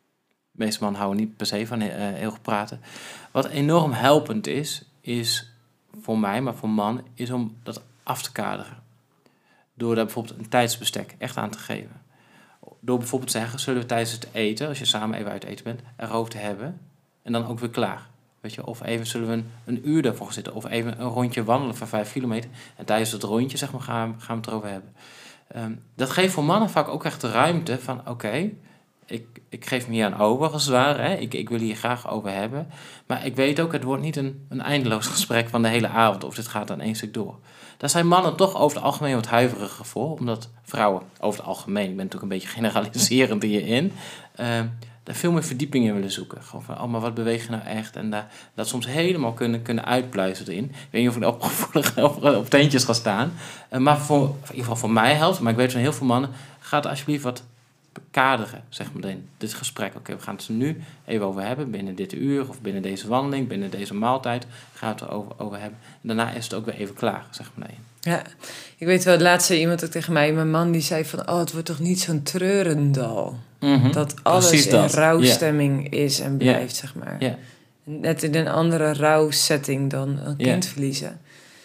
De meeste mannen houden niet per se van uh, heel goed praten. Wat enorm helpend is, is voor mij, maar voor man, is om dat af te kaderen. Door daar bijvoorbeeld een tijdsbestek echt aan te geven. Door bijvoorbeeld te zeggen, zullen we tijdens het eten, als je samen even uit eten bent, erover te hebben. En dan ook weer klaar. Weet je? Of even zullen we een, een uur daarvoor zitten. Of even een rondje wandelen van vijf kilometer. En tijdens het rondje, zeg maar, gaan, gaan we het erover hebben. Um, dat geeft voor mannen vaak ook echt de ruimte van, oké... Okay, Ik, ik geef me hier aan over, als het ware. Hè. Ik, ik wil hier graag over hebben. Maar ik weet ook, het wordt niet een, een eindeloos gesprek van de hele avond... of dit gaat dan één stuk door. Daar zijn mannen toch over het algemeen wat huiveriger voor... omdat vrouwen over het algemeen... ik ben natuurlijk een beetje generaliserend hierin... Uh, daar veel meer verdieping in willen zoeken. Gewoon van, oh, maar wat beweeg je nou echt? En daar, dat soms helemaal kunnen, kunnen uitpluizen erin. Ik weet niet of ik opgevoelig op, op teentjes ga staan. Uh, maar voor, in ieder geval voor mij helpt... maar ik weet van heel veel mannen... gaat alsjeblieft wat... kaderen, zeg maar, in dit gesprek. Oké, okay, we gaan het er nu even over hebben, binnen dit uur, of binnen deze wandeling, binnen deze maaltijd, gaan we het erover over hebben. En daarna is het ook weer even klaar, zeg maar. Ja, ik weet wel, laatst zei iemand ook tegen mij, mijn man die zei van, oh, het wordt toch niet zo'n treurendal. Mm-hmm. Dat alles Precies in dat. rouwstemming yeah. is en blijft, yeah. zeg maar. Yeah. Net in een andere rouwsetting dan een kind yeah. verliezen.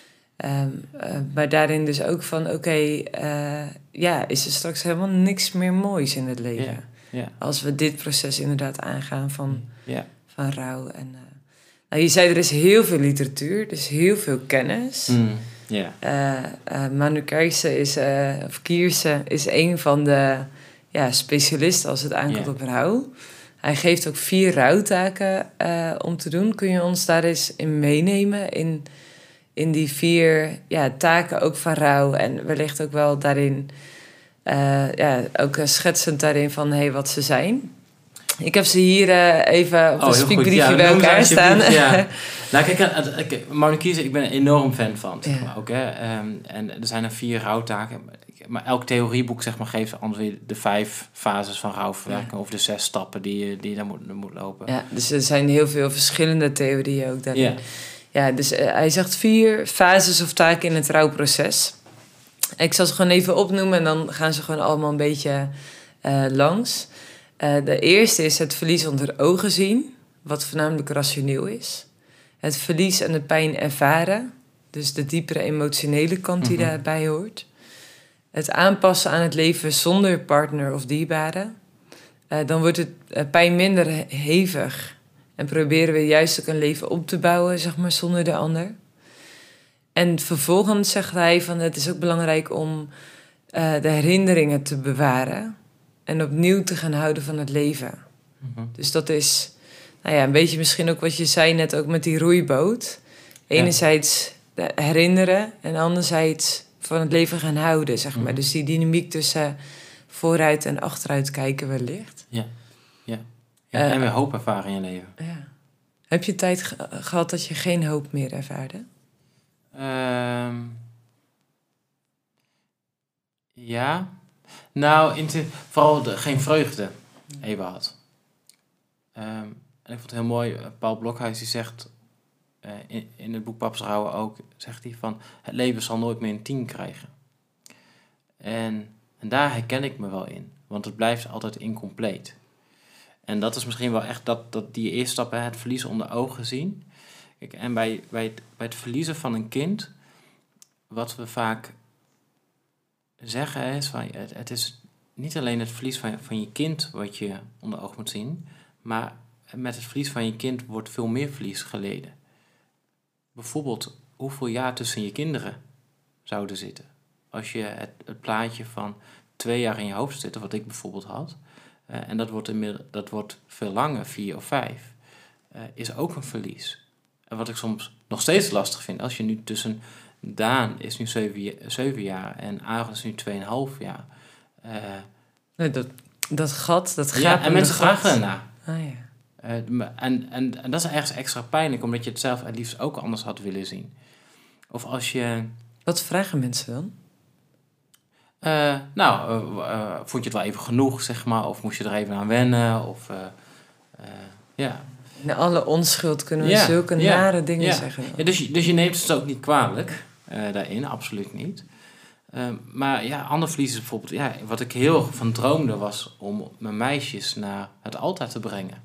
Um, uh, maar daarin dus ook van, oké, okay, uh, ja, is er straks helemaal niks meer moois in het leven. Yeah, yeah. Als we dit proces inderdaad aangaan van, yeah. van rouw. En, uh, nou, je zei, er is heel veel literatuur, er is heel veel kennis. Mm, yeah. uh, uh, Manu Kierse is, uh, of Kierse is een van de ja, specialisten als het aankomt yeah. op rouw. Hij geeft ook vier rouwtaken uh, om te doen. Kun je ons daar eens in meenemen? In, in die vier ja, taken ook van rouw. En wellicht ook wel daarin... Uh, ja, ook schetsend daarin van hey, wat ze zijn. Ik heb ze hier uh, even op oh, een spiekbriefje ja, bij elkaar staan. Ja. Nou, kijk, uh, Marnix, ik ben een enorm fan van. Zeg maar, ja. ook, hè. Um, en er zijn er vier rouwtaken. Maar elk theorieboek zeg maar, geeft anders weer de vijf fases van rouwverwerking... Ja. of de zes stappen die je, die je daar moet, moet lopen. Ja, dus er zijn heel veel verschillende theorieën ook daarin. Ja, ja dus uh, hij zegt vier fases of taken in het rouwproces. Ik zal ze gewoon even opnoemen en dan gaan ze gewoon allemaal een beetje uh, langs. Uh, de eerste is het verlies onder ogen zien, wat voornamelijk rationeel is. Het verlies en de pijn ervaren, dus de diepere emotionele kant die mm-hmm. daarbij hoort. Het aanpassen aan het leven zonder partner of dierbaren. Uh, dan wordt het uh, pijn minder hevig en proberen we juist ook een leven op te bouwen, zeg maar, zonder de ander. En vervolgens zegt hij van het is ook belangrijk om uh, de herinneringen te bewaren en opnieuw te gaan houden van het leven. Mm-hmm. Dus dat is nou ja, een beetje misschien ook wat je zei net ook met die roeiboot. Enerzijds ja. herinneren en anderzijds van het leven gaan houden, zeg maar. Mm-hmm. Dus die dynamiek tussen vooruit en achteruit kijken wellicht. Ja, ja. ja uh, en weer hoop ervaren in je leven. Ja. Heb je tijd ge- gehad dat je geen hoop meer ervaarde? Um, ja. Nou, in te, vooral de, geen vreugde even had. Um, en ik vond het heel mooi, Paul Blokhuis die zegt... Uh, in, in het boek Papa's Rouwen ook, zegt hij van... het leven zal nooit meer een tien krijgen. En, en daar herken ik me wel in. Want het blijft altijd incompleet. En dat is misschien wel echt dat, dat die eerste stap, hè, het verliezen onder ogen zien... Kijk, en bij, bij, het, bij het verliezen van een kind, wat we vaak zeggen is, van, het, het is niet alleen het verlies van, van je kind wat je onder ogen moet zien, maar met het verlies van je kind wordt veel meer verlies geleden. Bijvoorbeeld, hoeveel jaar tussen je kinderen zouden zitten. Als je het, het plaatje van twee jaar in je hoofd zit, wat ik bijvoorbeeld had, uh, en dat wordt, inmiddels, dat wordt veel langer, vier of vijf, uh, is ook een verlies. En wat ik soms nog steeds lastig vind, als je nu tussen Daan is nu zeven, zeven jaar en Aaron is nu tweeënhalf jaar. Uh, nee, dat, dat gat, dat gaat. Ja, en mensen vragen ernaar. Ah, ja. uh, en, en, en dat is ergens extra pijnlijk, omdat je het zelf het liefst ook anders had willen zien. Of als je... Wat vragen mensen dan? Uh, nou, uh, uh, vond je het wel even genoeg, zeg maar? Of moest je er even aan wennen? Of, uh, uh, ja... In alle onschuld kunnen we ja, zulke ja, nare dingen ja. zeggen. Ja, dus, je, dus je neemt het ook niet kwalijk uh, daarin, absoluut niet. Uh, maar ja, ander verlies is bijvoorbeeld... Ja, wat ik heel van droomde was om mijn meisjes naar het altaar te brengen.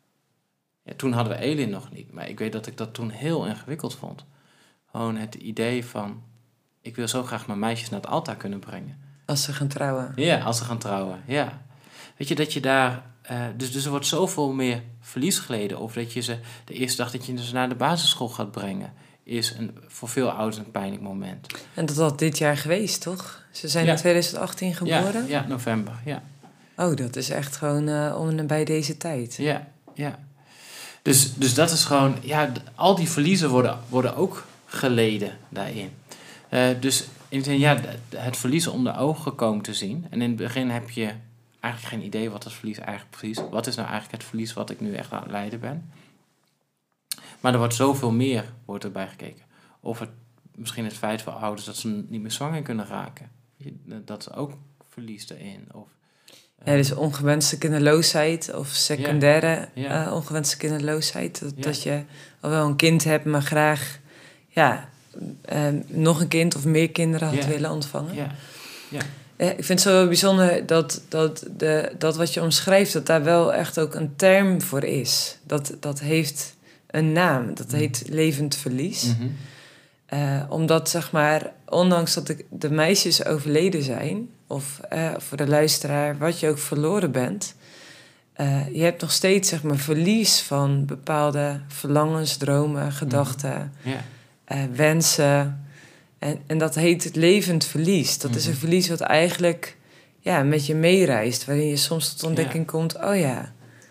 Ja, toen hadden we Elin nog niet. Maar ik weet dat ik dat toen heel ingewikkeld vond. Gewoon het idee van... Ik wil zo graag mijn meisjes naar het altaar kunnen brengen. Als ze gaan trouwen. Ja, als ze gaan trouwen, ja. Weet je, dat je daar... Uh, dus, dus er wordt zoveel meer verlies geleden. Of dat je ze de eerste dag dat je ze naar de basisschool gaat brengen... is een, voor veel ouders een pijnlijk moment. En dat was dit jaar geweest, toch? Ze zijn ja. in twintig achttien geboren? Ja, ja, november, ja. Oh, dat is echt gewoon uh, om en bij deze tijd. Ja, ja. Dus, dus dat is gewoon... Ja, d- al die verliezen worden, worden ook geleden daarin. Uh, dus in zin, ja, het verliezen om de ogen komen te zien. En in het begin heb je eigenlijk geen idee wat het verlies eigenlijk precies... Wat is nou eigenlijk het verlies wat ik nu echt aan het lijden ben? Maar er wordt zoveel meer wordt erbij gekeken. Of het, misschien het feit voor ouders dat ze niet meer zwanger kunnen raken. Dat is ook verlies erin. Of, uh, ja, dus ongewenste kinderloosheid of secundaire ja, ja. Uh, ongewenste kinderloosheid. Dat, ja. dat je al wel een kind hebt, maar graag ja, uh, nog een kind of meer kinderen had ja. willen ontvangen. Ja. Ja. Uh, ik vind het zo bijzonder dat, dat, de, dat wat je omschrijft, dat daar wel echt ook een term voor is. Dat, dat heeft een naam, dat heet levend verlies. Mm-hmm. Uh, omdat, zeg maar, ondanks dat de, de meisjes overleden zijn... of uh, voor de luisteraar, wat je ook verloren bent... Uh, je hebt nog steeds, zeg maar, verlies van bepaalde verlangens, dromen, gedachten... Mm-hmm. Yeah. Uh, wensen. En, en dat heet het levend verlies. Dat mm-hmm. is een verlies wat eigenlijk ja, met je meereist... waarin je soms tot ontdekking yeah. komt, oh ja... Yeah.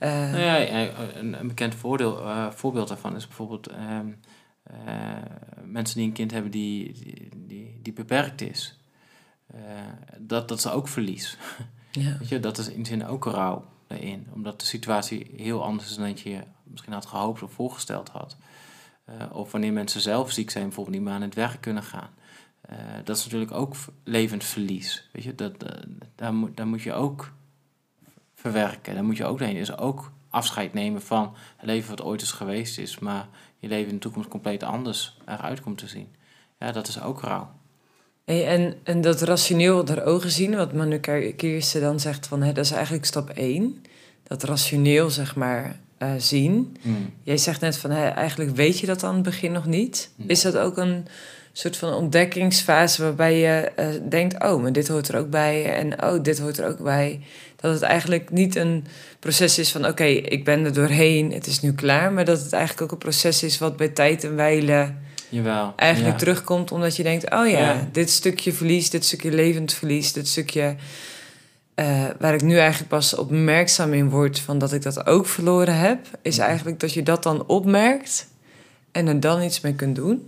Uh, nou ja, een, een bekend voordeel, uh, voorbeeld daarvan is bijvoorbeeld um, uh, mensen die een kind hebben die, die, die, die beperkt is. Uh, dat, dat is ook verlies. Ja. Weet je, dat is in die zin ook rouw daarin. Omdat de situatie heel anders is dan dat je misschien had gehoopt of voorgesteld had. Uh, of wanneer mensen zelf ziek zijn, bijvoorbeeld niet meer aan het werk kunnen gaan. Uh, dat is natuurlijk ook levend verlies. Weet je, dat, uh, daar, moet, daar moet je ook verwerken. Daar moet je ook heen. Dus ook afscheid nemen van het leven wat ooit is geweest is, maar je leven in de toekomst compleet anders eruit komt te zien. Ja, dat is ook rouw. Hey, en, en dat rationeel onder ogen zien, wat Manu Kiersten dan zegt, van, hè, dat is eigenlijk stap één. Dat rationeel, zeg maar, uh, zien. Mm. Jij zegt net van, hè, eigenlijk weet je dat aan het begin nog niet. Mm. Is dat ook een soort van ontdekkingsfase waarbij je uh, denkt, oh, maar dit hoort er ook bij en oh, dit hoort er ook bij. Dat het eigenlijk niet een proces is van, oké, okay, ik ben er doorheen, het is nu klaar. Maar dat het eigenlijk ook een proces is wat bij tijd en wijle Jawel, eigenlijk ja. terugkomt. Omdat je denkt, oh ja, ja, dit stukje verlies, dit stukje levend verlies, dit stukje uh, waar ik nu eigenlijk pas opmerkzaam in word van dat ik dat ook verloren heb, is ja. eigenlijk dat je dat dan opmerkt en er dan iets mee kunt doen.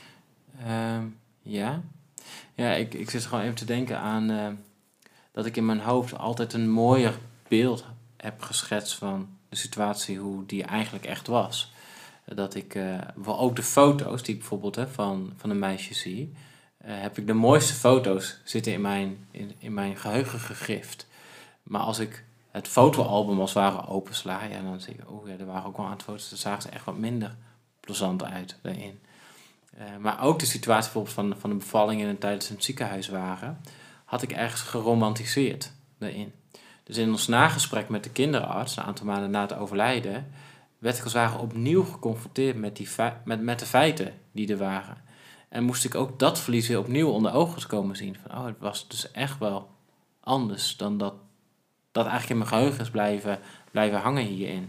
Um, ja, ja ik, ik zit gewoon even te denken aan uh, dat ik in mijn hoofd altijd een mooier beeld heb geschetst van de situatie, hoe die eigenlijk echt was. Dat ik, uh, wel ook de foto's die ik bijvoorbeeld hè, van, van een meisje zie, uh, heb ik de mooiste foto's zitten in mijn, in, in mijn geheugen gegrift. Maar als ik het fotoalbum als het ware opensla, ja, dan zie ik, oh ja, er waren ook wel een aantal foto's, daar zagen ze echt wat minder plezant uit daarin. Uh, maar ook de situatie bijvoorbeeld van, van de bevallingen en tijdens in het ziekenhuis waren, had ik ergens geromantiseerd daarin. Dus in ons nagesprek met de kinderarts, een aantal maanden na het overlijden, werd ik als het ware opnieuw geconfronteerd met, die fe- met, met de feiten die er waren. En moest ik ook dat verlies weer opnieuw onder ogen komen zien. Van, oh, het was dus echt wel anders dan dat, dat eigenlijk in mijn geheugen is blijven, blijven hangen hierin.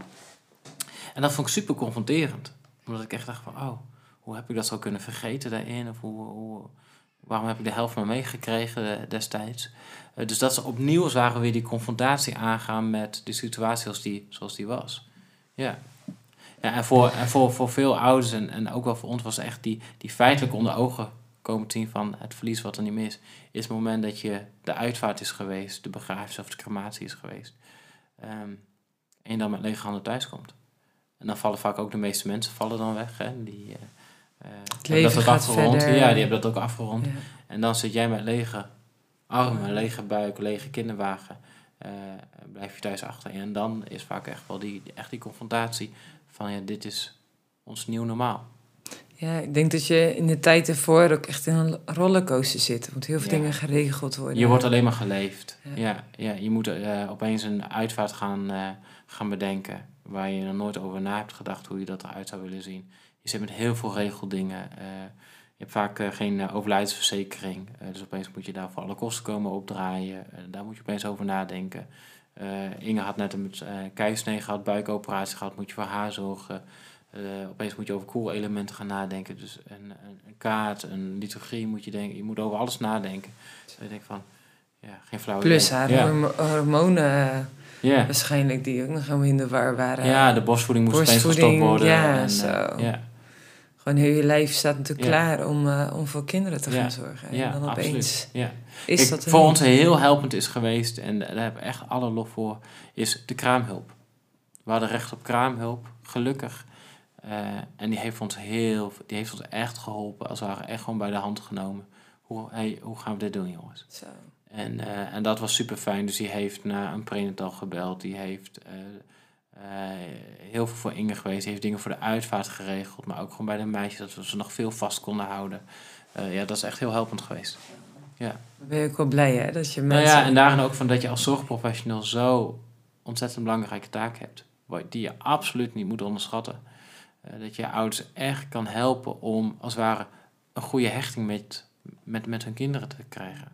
En dat vond ik super confronterend. Omdat ik echt dacht van, oh, hoe heb ik dat zo kunnen vergeten daarin? Of hoe, hoe, waarom heb ik de helft maar meegekregen destijds? Uh, dus dat ze opnieuw als het ware weer die confrontatie aangaan met de situatie zoals die, zoals die was. Ja. Ja, en voor, en voor, voor veel ouders en, en ook wel voor ons was echt die, die feitelijk onder ogen komen te zien van het verlies wat er niet meer is, is het moment dat je de uitvaart is geweest, de begrafenis of de crematie is geweest. Um, en je dan met lege handen thuis komt. En dan vallen vaak ook de meeste mensen vallen dan weg. Hè? Die uh, het leven dat ook gaat afgerond. verder. Ja, die hebben dat ook afgerond. Ja. En dan zit jij met lege armen, ja. lege buik, lege kinderwagen. Uh, blijf je thuis achter. En dan is vaak echt wel die, echt die confrontatie van ja, dit is ons nieuw normaal. Ja, ik denk dat je in de tijd ervoor ook echt in een rollercoaster zit. Er moeten heel veel ja. dingen geregeld worden. Je wordt alleen maar geleefd. Ja, ja, ja je moet uh, opeens een uitvaart gaan, uh, gaan bedenken waar je er nooit over na hebt gedacht hoe je dat eruit zou willen zien. Je zit met heel veel regeldingen. Uh, je hebt vaak uh, geen uh, overlijdensverzekering. Uh, dus opeens moet je daar voor alle kosten komen opdraaien. Uh, daar moet je opeens over nadenken. Uh, Inge had net een uh, keizersnee gehad, buikoperatie gehad, moet je voor haar zorgen. Uh, opeens moet je over koelelementen gaan nadenken. Dus een, een, een kaart, een liturgie moet je denken. Je moet over alles nadenken. Dus je denkt van, ja, geen flauw idee. Plus haar ja. hormo- hormonen yeah. waarschijnlijk die ook nog helemaal in de war waren. Ja, de borstvoeding moest opeens gestopt worden. Ja, en, zo. Uh, yeah. Gewoon heel je lijf staat natuurlijk ja. klaar om, uh, om voor kinderen te gaan ja. zorgen. En ja, dan opeens ja. is Kijk, dat... voor ons heel helpend is geweest, en daar hebben we echt alle lof voor, is de kraamhulp. We hadden recht op kraamhulp, gelukkig. Uh, en die heeft ons heel, die heeft ons echt geholpen, als we waren echt gewoon bij de hand genomen. Hoe, hey, hoe gaan we dit doen, jongens? Zo. En, uh, en dat was super fijn. Dus die heeft naar een prenatal gebeld. Die heeft uh, uh, heel veel voor Inge geweest. Die heeft dingen voor de uitvaart geregeld. Maar ook gewoon bij de meisjes, dat we ze nog veel vast konden houden. Uh, ja, dat is echt heel helpend geweest. Ja. Dan ben je ook wel blij, hè? Dat je mensen... Nou ja, en daarin ook van dat je als zorgprofessional zo ontzettend belangrijke taak hebt. Die je absoluut niet moet onderschatten. Uh, dat je ouders echt kan helpen om, als het ware, een goede hechting met, met, met hun kinderen te krijgen.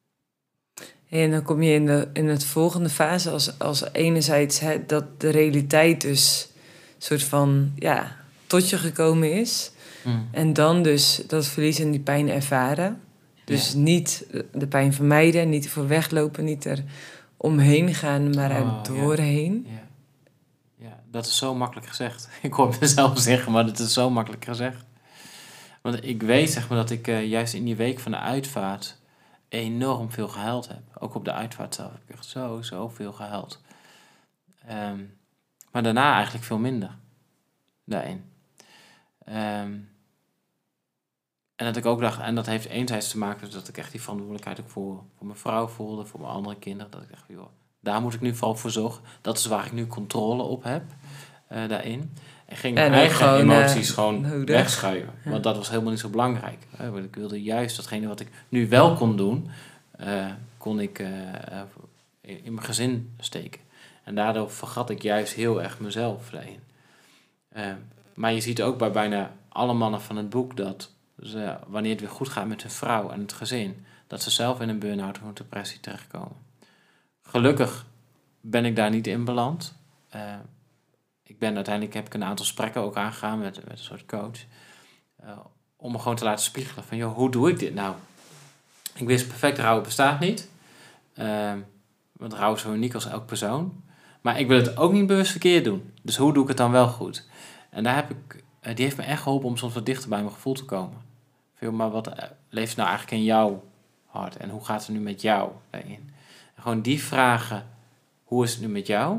En dan kom je in de in het volgende fase als, als enerzijds hè, dat de realiteit dus soort van ja, tot je gekomen is. Mm. En dan dus dat verlies en die pijn ervaren. Dus ja. niet de pijn vermijden, niet ervoor weglopen, niet er omheen gaan, maar er oh, doorheen. Ja. dat is zo makkelijk gezegd. Ik hoor mezelf zeggen, maar dat is zo makkelijk gezegd. Want ik weet, zeg maar, dat ik uh, juist in die week van de uitvaart enorm veel gehuild heb. Ook op de uitvaart zelf heb ik echt zo, zo veel gehuild. Um, maar daarna eigenlijk veel minder. Daarin. Um, en dat ik ook dacht, en dat heeft enerzijds te maken dat ik echt die verantwoordelijkheid ook voor, voor mijn vrouw voelde, voor mijn andere kinderen. Dat ik dacht, joh, daar moet ik nu vooral voor zorgen. Dat is waar ik nu controle op heb, uh, daarin. En ging mijn eigen gewoon, emoties uh, gewoon nodig. wegschuiven. Ja. Want dat was helemaal niet zo belangrijk. Uh, want ik wilde juist datgene wat ik nu wel kon doen, uh, kon ik uh, in, in mijn gezin steken. En daardoor vergat ik juist heel erg mezelf daarin. Uh, maar je ziet ook bij bijna alle mannen van het boek dat ze, wanneer het weer goed gaat met hun vrouw en het gezin, dat ze zelf in een burn-out of een depressie terechtkomen. Gelukkig ben ik daar niet in beland. Uh, ik ben uiteindelijk heb ik een aantal gesprekken ook aangegaan met, met een soort coach. Uh, om me gewoon te laten spiegelen van, joh, hoe doe ik dit nou? Ik wist perfect, rouwen bestaat niet. Uh, want rouw is zo uniek als elk persoon. Maar ik wil het ook niet bewust verkeerd doen. Dus hoe doe ik het dan wel goed? En daar heb ik, uh, die heeft me echt geholpen om soms wat dichter bij mijn gevoel te komen. Veel, maar wat uh, leeft nou eigenlijk in jouw hart? En hoe gaat het nu met jou daarin? En gewoon die vragen, hoe is het nu met jou?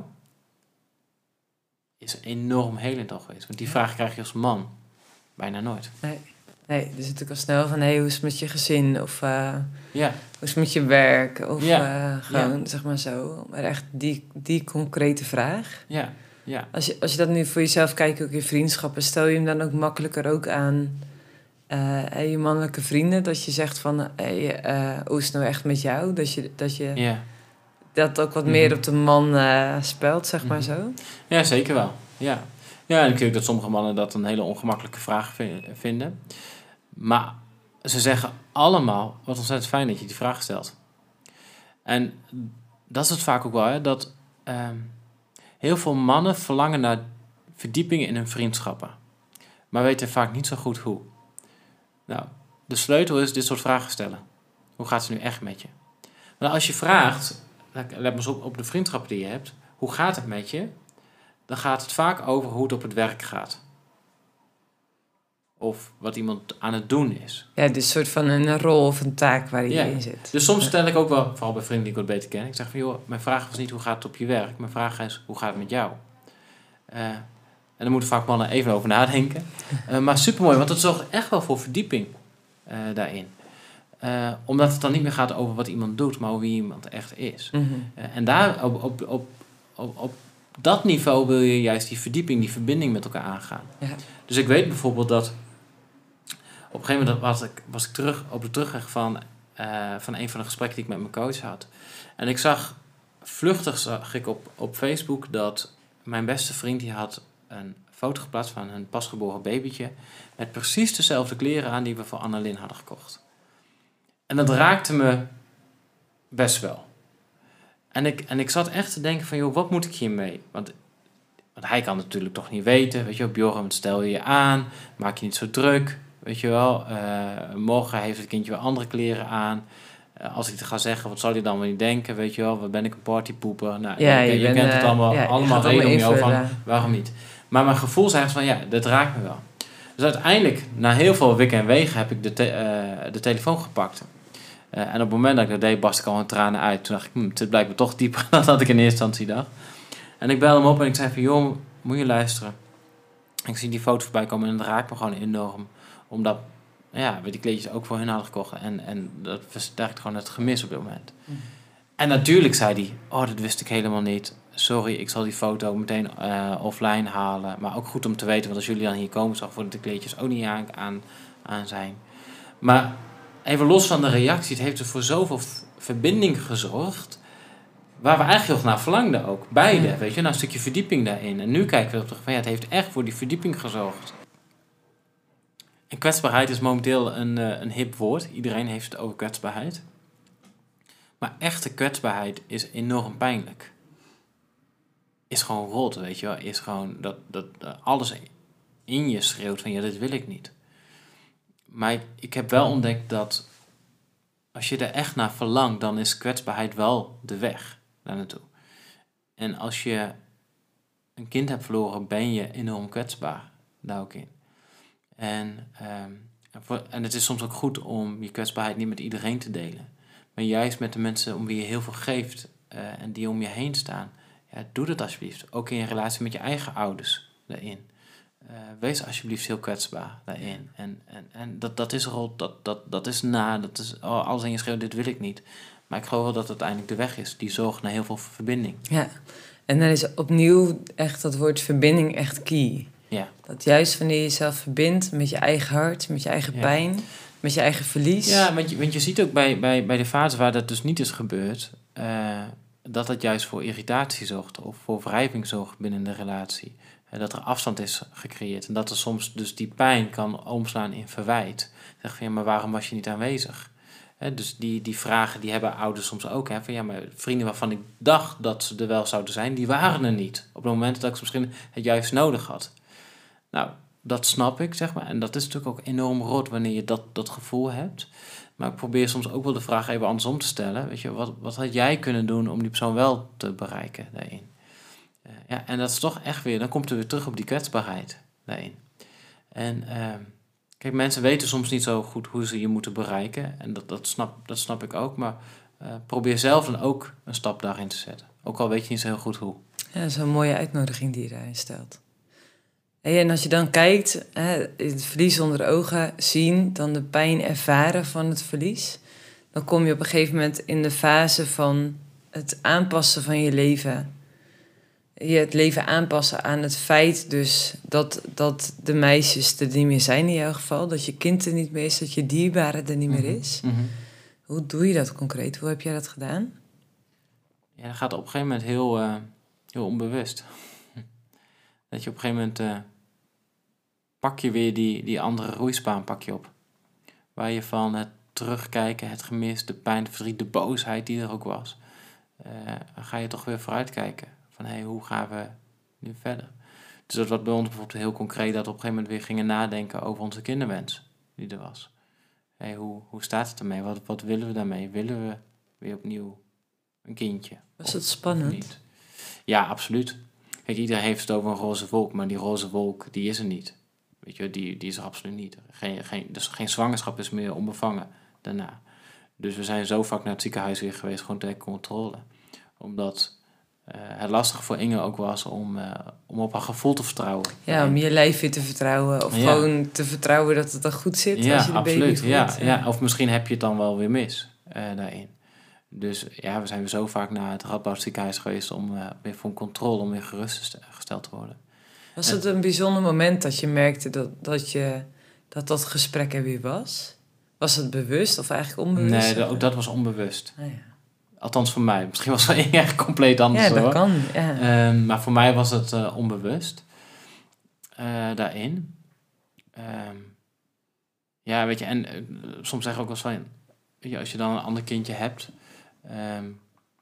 Is enorm helend al geweest. Want die vragen krijg je als man bijna nooit. Nee, nee dus het is ook al snel van, hey, hoe is het met je gezin? Of uh, ja. hoe is het met je werk? Of ja. uh, gewoon, ja. zeg maar zo. Maar echt die, die concrete vraag. Ja, ja. Als je, als je dat nu voor jezelf kijkt, ook in vriendschappen, stel je hem dan ook makkelijker ook aan uh, je mannelijke vrienden? Dat je zegt van, hey, uh, hoe is het nou echt met jou? Dat je... Dat je ja. dat ook wat meer op de man uh, speelt, zeg maar zo? Ja, zeker wel. Ja, ja en ik denk dat sommige mannen dat een hele ongemakkelijke vraag vinden. Maar ze zeggen allemaal, wat ontzettend fijn dat je die vraag stelt. En dat is het vaak ook wel, hè, dat uh, heel veel mannen verlangen naar verdiepingen in hun vriendschappen. Maar weten vaak niet zo goed hoe. Nou, de sleutel is dit soort vragen stellen. Hoe gaat het nu echt met je? Maar als je vraagt, let maar eens op, op de vriendschappen die je hebt, hoe gaat het met je? Dan gaat het vaak over hoe het op het werk gaat. Of wat iemand aan het doen is. Ja, dus een soort van een rol of een taak waar je ja. in zit. Dus soms stel ik ook wel, vooral bij vrienden die ik wat beter ken, ik zeg van, joh, mijn vraag was niet hoe gaat het op je werk. Mijn vraag is, hoe gaat het met jou? Uh, en daar moeten vaak mannen even over nadenken. Uh, maar supermooi, want het zorgt echt wel voor verdieping uh, daarin. Uh, omdat het dan niet meer gaat over wat iemand doet, maar over wie iemand echt is. Mm-hmm. Uh, en daar op, op, op, op, op dat niveau wil je juist die verdieping, die verbinding met elkaar aangaan. Ja. Dus ik weet bijvoorbeeld dat op een gegeven moment was ik, was ik terug op de terugweg van, uh, van een van de gesprekken die ik met mijn coach had. En ik zag, vluchtig zag ik op, op Facebook dat mijn beste vriend die had een foto geplaatst van een pasgeboren babytje met precies dezelfde kleren aan die we voor Annelien hadden gekocht. En dat raakte me best wel. En ik, en ik zat echt te denken van, joh, wat moet ik hiermee? Want, want hij kan natuurlijk toch niet weten, weet je wel, Bjorn, stel je je aan, maak je niet zo druk, weet je wel. Uh, morgen heeft het kindje weer andere kleren aan. Uh, als ik het ga zeggen, wat zal hij dan wel niet denken, weet je wel, wat ben ik een partypoeper? Nou, ja, je, je, je ben, kent het allemaal, uh, ja, allemaal reden om jou van, waarom ja. niet? Maar mijn gevoel zei van, ja, dat raakt me wel. Dus uiteindelijk, na heel veel wikken en wegen, heb ik de, te- uh, de telefoon gepakt. Uh, en op het moment dat ik dat deed, barst ik al in tranen uit. Toen dacht ik, hm, het blijkt me toch dieper dan dat ik in eerste instantie dacht. En ik belde hem op en ik zei van, joh, moet je luisteren. Ik zie die foto voorbij komen en dat raakt me gewoon enorm. Omdat, ja, we die kleedjes ook voor hun hadden gekocht. En, en dat versterkt gewoon het gemis op dit moment. Mm. En natuurlijk zei hij, oh, dat wist ik helemaal niet. Sorry, ik zal die foto meteen uh, offline halen. Maar ook goed om te weten, want als jullie dan hier komen, zal voor de kleedjes ook niet aan, aan, aan zijn. Maar even los van de reactie, het heeft er voor zoveel v- verbinding gezorgd, waar we eigenlijk nog naar verlangden ook. Beide, ja. Weet je, naar een stukje verdieping daarin. En nu kijken we op terug van, ja, het heeft echt voor die verdieping gezorgd. En kwetsbaarheid is momenteel een, uh, een hip woord. Iedereen heeft het over kwetsbaarheid. Maar echte kwetsbaarheid is enorm pijnlijk. Is gewoon rot, weet je wel. Is gewoon dat, dat uh, alles in je schreeuwt van, ja, dit wil ik niet. Maar ik, ik heb wel ontdekt dat als je er echt naar verlangt, dan is kwetsbaarheid wel de weg daar naartoe. En als je een kind hebt verloren, ben je enorm kwetsbaar daar ook in. En, um, en, voor, en het is soms ook goed om je kwetsbaarheid niet met iedereen te delen. Maar juist met de mensen om wie je heel veel geeft uh, en die om je heen staan. Ja, doe dat alsjeblieft. Ook in relatie met je eigen ouders daarin. Uh, wees alsjeblieft heel kwetsbaar daarin. En, en, en dat, dat is rot, dat, dat, dat is na, dat is oh, alles in je schreeuw, dit wil ik niet. Maar ik geloof wel dat het uiteindelijk de weg is. Die zorgt naar heel veel verbinding. Ja, en dan is opnieuw echt dat woord verbinding echt key. Ja. Dat juist wanneer je jezelf verbindt met je eigen hart, met je eigen ja. pijn, met je eigen verlies. Ja, want je, want je ziet ook bij, bij, bij de fase waar dat dus niet is gebeurd, uh, dat het juist voor irritatie zorgt of voor wrijving zorgt binnen de relatie. Uh, dat er afstand is gecreëerd en dat er soms dus die pijn kan omslaan in verwijt. Zeg van ja, maar waarom was je niet aanwezig? Uh, dus die, die vragen die hebben ouders soms ook. Hè, van ja, maar vrienden waarvan ik dacht dat ze er wel zouden zijn, die waren er niet. Op het moment dat ik ze misschien het juist nodig had. Nou, dat snap ik, zeg maar. En dat is natuurlijk ook enorm rot wanneer je dat, dat gevoel hebt. Maar ik probeer soms ook wel de vraag even andersom te stellen. Weet je, wat, wat had jij kunnen doen om die persoon wel te bereiken daarin? Uh, ja, en dat is toch echt weer, dan komt er weer terug op die kwetsbaarheid daarin. En uh, kijk, mensen weten soms niet zo goed hoe ze je moeten bereiken. En dat, dat, snap, dat snap ik ook. Maar uh, probeer zelf dan ook een stap daarin te zetten. Ook al weet je niet zo heel goed hoe. Ja, dat is een mooie uitnodiging die je daarin stelt. En als je dan kijkt, het verlies onder de ogen zien, dan de pijn ervaren van het verlies, dan kom je op een gegeven moment in de fase van het aanpassen van je leven. Je het leven aanpassen aan het feit dus dat, dat de meisjes er niet meer zijn in jouw geval, dat je kind er niet meer is, dat je dierbare er niet meer is. Mm-hmm. Hoe doe je dat concreet? Hoe heb jij dat gedaan? Ja, dat gaat op een gegeven moment heel, uh, heel onbewust. Dat je op een gegeven moment uh, pak je weer die, die andere roeispaan pak je op. Waar je van het terugkijken, het gemis, de pijn, het verdriet, de boosheid die er ook was. Uh, dan ga je toch weer vooruitkijken. Van hé, hey, hoe gaan we nu verder? Dus dat was bij ons bijvoorbeeld heel concreet, dat we op een gegeven moment weer gingen nadenken over onze kinderwens die er was. Hey, hoe, hoe staat het ermee? Wat, wat willen we daarmee? Willen we weer opnieuw een kindje? Was of, het spannend? Niet? Ja, absoluut. Kijk, iedereen heeft het over een roze wolk, maar die roze wolk, die is er niet. Weet je, die, die is er absoluut niet. Geen, geen, dus geen zwangerschap is meer onbevangen daarna. Dus we zijn zo vaak naar het ziekenhuis weer geweest, gewoon ter controle. Omdat uh, het lastig voor Inge ook was om, uh, om op haar gevoel te vertrouwen. Ja, om je lijf weer te vertrouwen. Of ja. gewoon te vertrouwen dat het dan goed zit ja, als je de absoluut. baby voelt. Ja, ja. ja, of misschien heb je het dan wel weer mis uh, daarin. Dus ja, we zijn weer zo vaak naar het Radboud ziekenhuis geweest om uh, weer voor een controle, om weer gerustgesteld te worden. Was het een bijzonder moment dat je merkte dat dat, je, dat, dat gesprek er weer was? Was het bewust of eigenlijk onbewust? Nee, dat, ook dat was onbewust. Oh, ja. Althans voor mij. Misschien was het echt compleet anders. Ja, dat hoor. kan. Ja. Um, maar voor mij was het uh, onbewust uh, daarin. Um, ja, weet je, en uh, soms zeg ik ook wel eens van, weet je, als je dan een ander kindje hebt, um,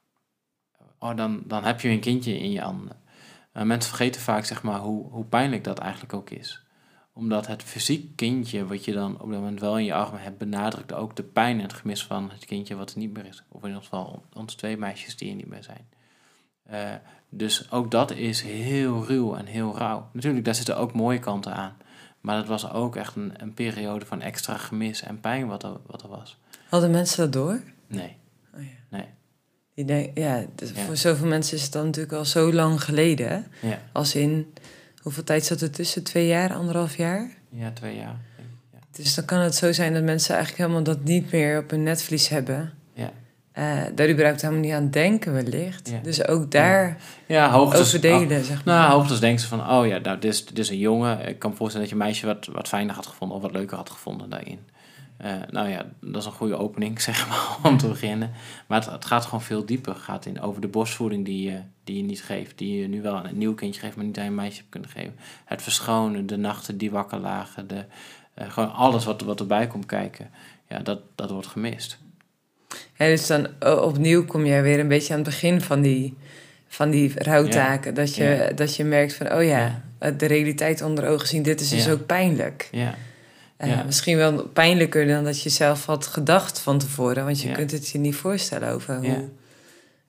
oh, dan, dan heb je een kindje in je handen. Uh, mensen vergeten vaak, zeg maar, hoe, hoe pijnlijk dat eigenlijk ook is. Omdat het fysiek kindje, wat je dan op dat moment wel in je armen hebt, benadrukt ook de pijn en het gemis van het kindje wat er niet meer is. Of in ieder geval onze twee meisjes die er niet meer zijn. Uh, dus ook dat is heel ruw en heel rauw. Natuurlijk, daar zitten ook mooie kanten aan. Maar dat was ook echt een, een periode van extra gemis en pijn wat er, wat er was. Hadden mensen dat door? Nee. Oh, ja. Nee. Die denk, ja, dus ja, voor zoveel mensen is het dan natuurlijk al zo lang geleden. Hè? Ja. Als in, hoeveel tijd zat er tussen? Twee jaar, anderhalf jaar? Ja, twee jaar. Ja. Dus dan kan het zo zijn dat mensen eigenlijk helemaal dat niet meer op hun netvlies hebben. Ja. Uh, daar überhaupt helemaal niet aan denken wellicht. Ja. Dus ook daar ja. Ja, hoogtes, over delen, oh, zeg maar. Nou, hoogtes denken ze van, oh ja, nou, dit, is, dit is een jongen. Ik kan me voorstellen dat je een meisje wat, wat fijner had gevonden of wat leuker had gevonden daarin. Uh, nou ja, dat is een goede opening, zeg maar, om te beginnen. Maar het, het gaat gewoon veel dieper. Het gaat in over de borstvoeding die je, die je niet geeft. Die je nu wel aan een nieuw kindje geeft, maar niet aan een meisje hebt kunnen geven. Het verschonen, de nachten die wakker lagen. De, uh, gewoon alles wat, wat erbij komt kijken. Ja, dat, dat wordt gemist. Ja, dus dan opnieuw kom jij weer een beetje aan het begin van die, van die rouwtaken. Ja. Dat, je, ja. dat je merkt van, oh ja, ja, de realiteit onder ogen zien. Dit is dus ja. ook pijnlijk. Ja. Uh, ja. Misschien wel pijnlijker dan dat je zelf had gedacht van tevoren. Want je ja. kunt het je niet voorstellen over hoe... Ja.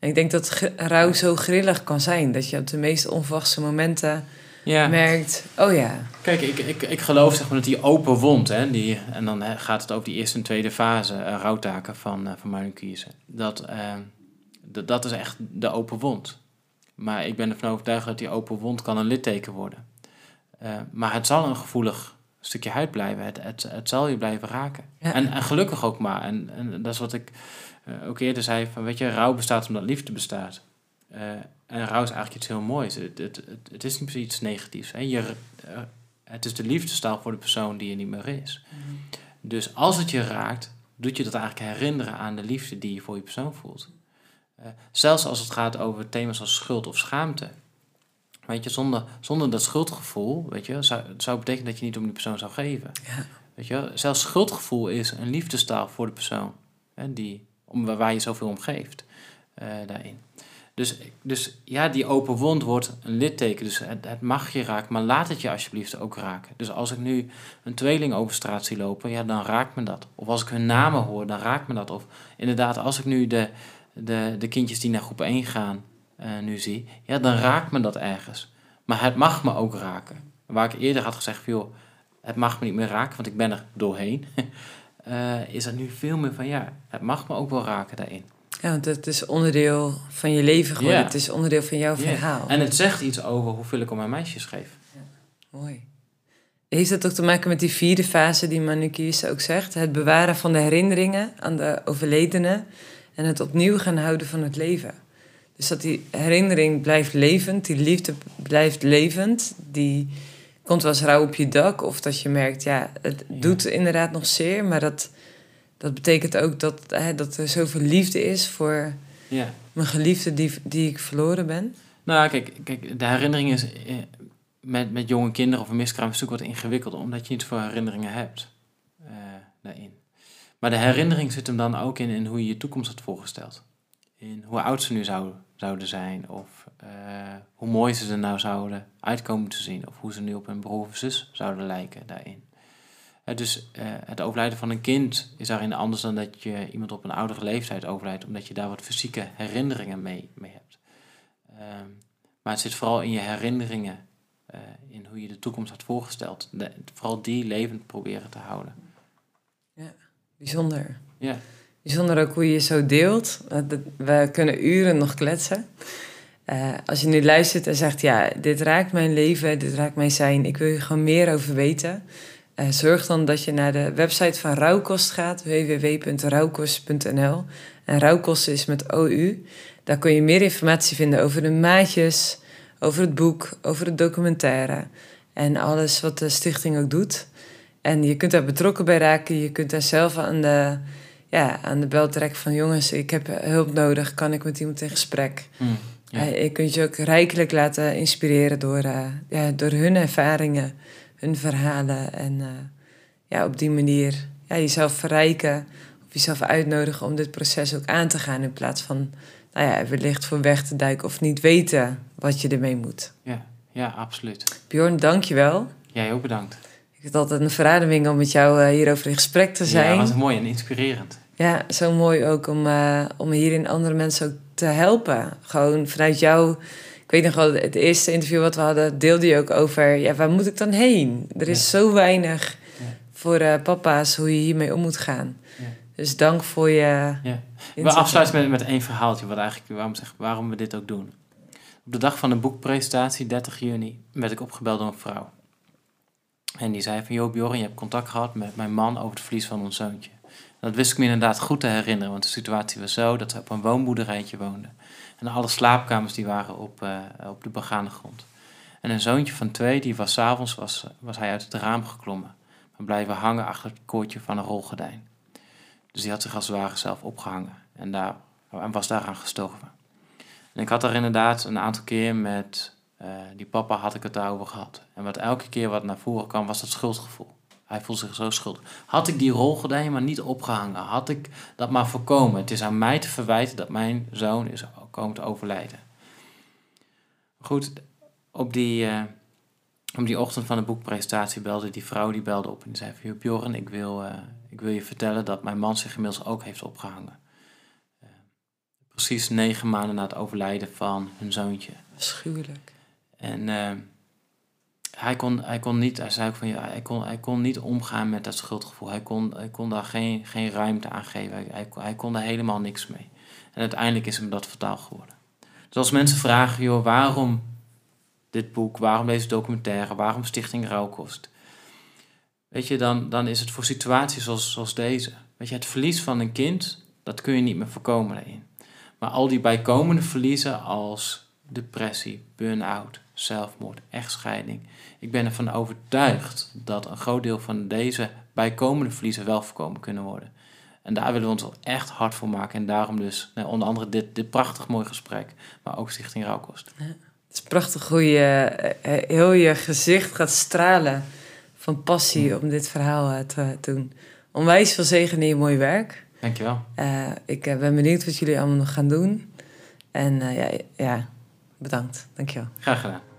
En ik denk dat ge- rouw zo grillig kan zijn. Dat je op de meest onverwachte momenten Ja. merkt... Oh ja, Kijk, ik, ik, ik geloof zeg maar dat die open wond, hè, die, en dan hè, gaat het over die eerste en tweede fase, uh, rouwtaken van, uh, van Manukiese. Dat, uh, d- dat is echt de open wond. Maar ik ben ervan overtuigd dat die open wond kan een litteken worden. Uh, maar het zal een gevoelig stukje huid blijven. Het, het, het zal je blijven raken. Ja. En, en gelukkig ook maar. En, en dat is wat ik uh, ook eerder zei, van weet je, rouw bestaat omdat liefde bestaat. Uh, en rouw is eigenlijk iets heel moois. Het, het, het, het is niet precies iets negatiefs. Hè. Je, uh, het is de liefdestaal voor de persoon die er niet meer is. Mm. Dus als het je raakt, doet je dat eigenlijk herinneren aan de liefde die je voor je persoon voelt. Uh, zelfs als het gaat over thema's als schuld of schaamte. Weet je, zonder, zonder dat schuldgevoel, weet je, zou, het zou betekenen dat je niet om die persoon zou geven. Ja. Weet je, zelfs schuldgevoel is een liefdestaal voor de persoon. Hè, die, om, waar je zoveel om geeft uh, daarin. Dus, dus ja, die open wond wordt een litteken. Dus het, het mag je raken, maar laat het je alsjeblieft ook raken. Dus als ik nu een tweeling over straat zie lopen, ja, dan raakt me dat. Of als ik hun namen hoor, dan raakt me dat. Of inderdaad, als ik nu de, de, de kindjes die naar groep één gaan uh, nu zie, ja, dan raakt me dat ergens. Maar het mag me ook raken. Waar ik eerder had gezegd, joh, het mag me niet meer raken, want ik ben er doorheen. uh, is dat nu veel meer van, ja, het mag me ook wel raken daarin. Ja, want het is onderdeel van je leven geworden. Ja. Het is onderdeel van jouw verhaal. Ja. En het zegt iets over hoeveel ik om mijn meisjes geef. Ja. Mooi. Heeft dat ook te maken met die vierde fase die Manukiese ook zegt? Het bewaren van de herinneringen aan de overledene en het opnieuw gaan houden van het leven. Dus dat die herinnering blijft levend, die liefde blijft levend. Die komt wel eens rauw op je dak. Of dat je merkt, ja, het ja. doet inderdaad nog zeer, maar dat... Dat betekent ook dat, hè, dat er zoveel liefde is voor ja. mijn geliefde die, die ik verloren ben. Nou, kijk, kijk de herinnering is eh, met, met jonge kinderen of een miskraam is natuurlijk wat ingewikkelder, omdat je niet veel herinneringen hebt uh, daarin. Maar de herinnering zit hem dan ook in, in hoe je je toekomst had voorgesteld. In hoe oud ze nu zou, zouden zijn, of uh, hoe mooi ze er nou zouden uitkomen te zien, of hoe ze nu op hun broer of zus zouden lijken daarin. Uh, dus uh, het overlijden van een kind is daarin anders dan dat je iemand op een oudere leeftijd overlijdt, omdat je daar wat fysieke herinneringen mee, mee hebt. Um, maar het zit vooral in je herinneringen, uh, in hoe je de toekomst had voorgesteld. De, vooral die levend proberen te houden. Ja, bijzonder. Ja. Bijzonder ook hoe je zo deelt. We kunnen uren nog kletsen. Uh, als je nu luistert en zegt, ja, dit raakt mijn leven, dit raakt mijn zijn, ik wil je gewoon meer over weten. Uh, zorg dan dat je naar de website van Rouwkost gaat, w w w punt rouwkost punt n l. En Rouwkost is met O U. Daar kun je meer informatie vinden over de maatjes, over het boek, over het documentaire en alles wat de stichting ook doet. En je kunt daar betrokken bij raken, je kunt daar zelf aan de, ja, aan de bel trekken van jongens, ik heb hulp nodig, kan ik met iemand in gesprek? Mm, ja. uh, je kunt je ook rijkelijk laten inspireren door, uh, ja, door hun ervaringen, hun verhalen en uh, ja, op die manier ja, jezelf verrijken of jezelf uitnodigen om dit proces ook aan te gaan in plaats van nou ja, wellicht voor weg te duiken of niet weten wat je ermee moet. Ja, ja, absoluut. Bjorn, dank je wel. Jij ook bedankt. Ik vind het altijd een verademing om met jou uh, hierover in gesprek te zijn. Ja, dat was mooi en inspirerend. Ja, zo mooi ook om, uh, om hierin andere mensen ook te helpen. Gewoon vanuit jou. Ik weet nog wel, het eerste interview wat we hadden, deelde je ook over, ja, waar moet ik dan heen? Er is ja. zo weinig ja. voor uh, papa's hoe je hiermee om moet gaan. Ja. Dus dank voor je... Ja. We afsluiten met, met één verhaaltje, wat eigenlijk, waarom, zeg, waarom we dit ook doen. Op de dag van de boekpresentatie, dertig juni, werd ik opgebeld door een vrouw. En die zei van, joh Bjorn, je hebt contact gehad met mijn man over het verlies van ons zoontje. En dat wist ik me inderdaad goed te herinneren, want de situatie was zo dat ze op een woonboerderijtje woonden. En alle slaapkamers die waren op, uh, op de begane grond. En een zoontje van twee, die was 's avonds was, was hij uit het raam geklommen. Maar blijven hangen achter het koordje van een rolgordijn. Dus die had zich als het ware zelf opgehangen. En, daar, en was daaraan gestorven. En ik had daar inderdaad een aantal keer met uh, die papa had ik het daarover gehad. En wat elke keer wat naar voren kwam, was dat schuldgevoel. Hij voelde zich zo schuldig. Had ik die rolgordijn maar niet opgehangen, had ik dat maar voorkomen. Het is aan mij te verwijten dat mijn zoon is komen te overlijden. Goed, op die, uh, op die ochtend van de boekpresentatie belde die vrouw die belde op en die zei van, Bjorn, ik wil, uh, ik wil je vertellen dat mijn man zich inmiddels ook heeft opgehangen. Uh, de precies negen maanden na het overlijden van hun zoontje. Afschuwelijk. En uh, hij, kon, hij kon niet, hij zei ook van ja, hij kon, hij kon niet omgaan met dat schuldgevoel. Hij kon, hij kon daar geen, geen ruimte aan geven. Hij, hij, hij kon daar helemaal niks mee. En uiteindelijk is hem dat fataal geworden. Dus als mensen vragen, joh, waarom dit boek, waarom deze documentaire, waarom Stichting Rouwkost? Weet je, dan, dan is het voor situaties zoals, zoals deze. Weet je, het verlies van een kind, dat kun je niet meer voorkomen daarin. Maar al die bijkomende verliezen als depressie, burn-out, zelfmoord, echtscheiding. Ik ben ervan overtuigd dat een groot deel van deze bijkomende verliezen wel voorkomen kunnen worden. En daar willen we ons wel echt hard voor maken. En daarom dus, nou, onder andere dit, dit prachtig mooi gesprek, maar ook Stichting Rouwkost. Ja, het is prachtig hoe je heel je gezicht gaat stralen van passie ja. om dit verhaal te doen. Onwijs veel zegen in je mooi werk. Dankjewel. Uh, ik uh, ben benieuwd wat jullie allemaal nog gaan doen. En uh, ja, ja, bedankt. Dankjewel. Graag gedaan.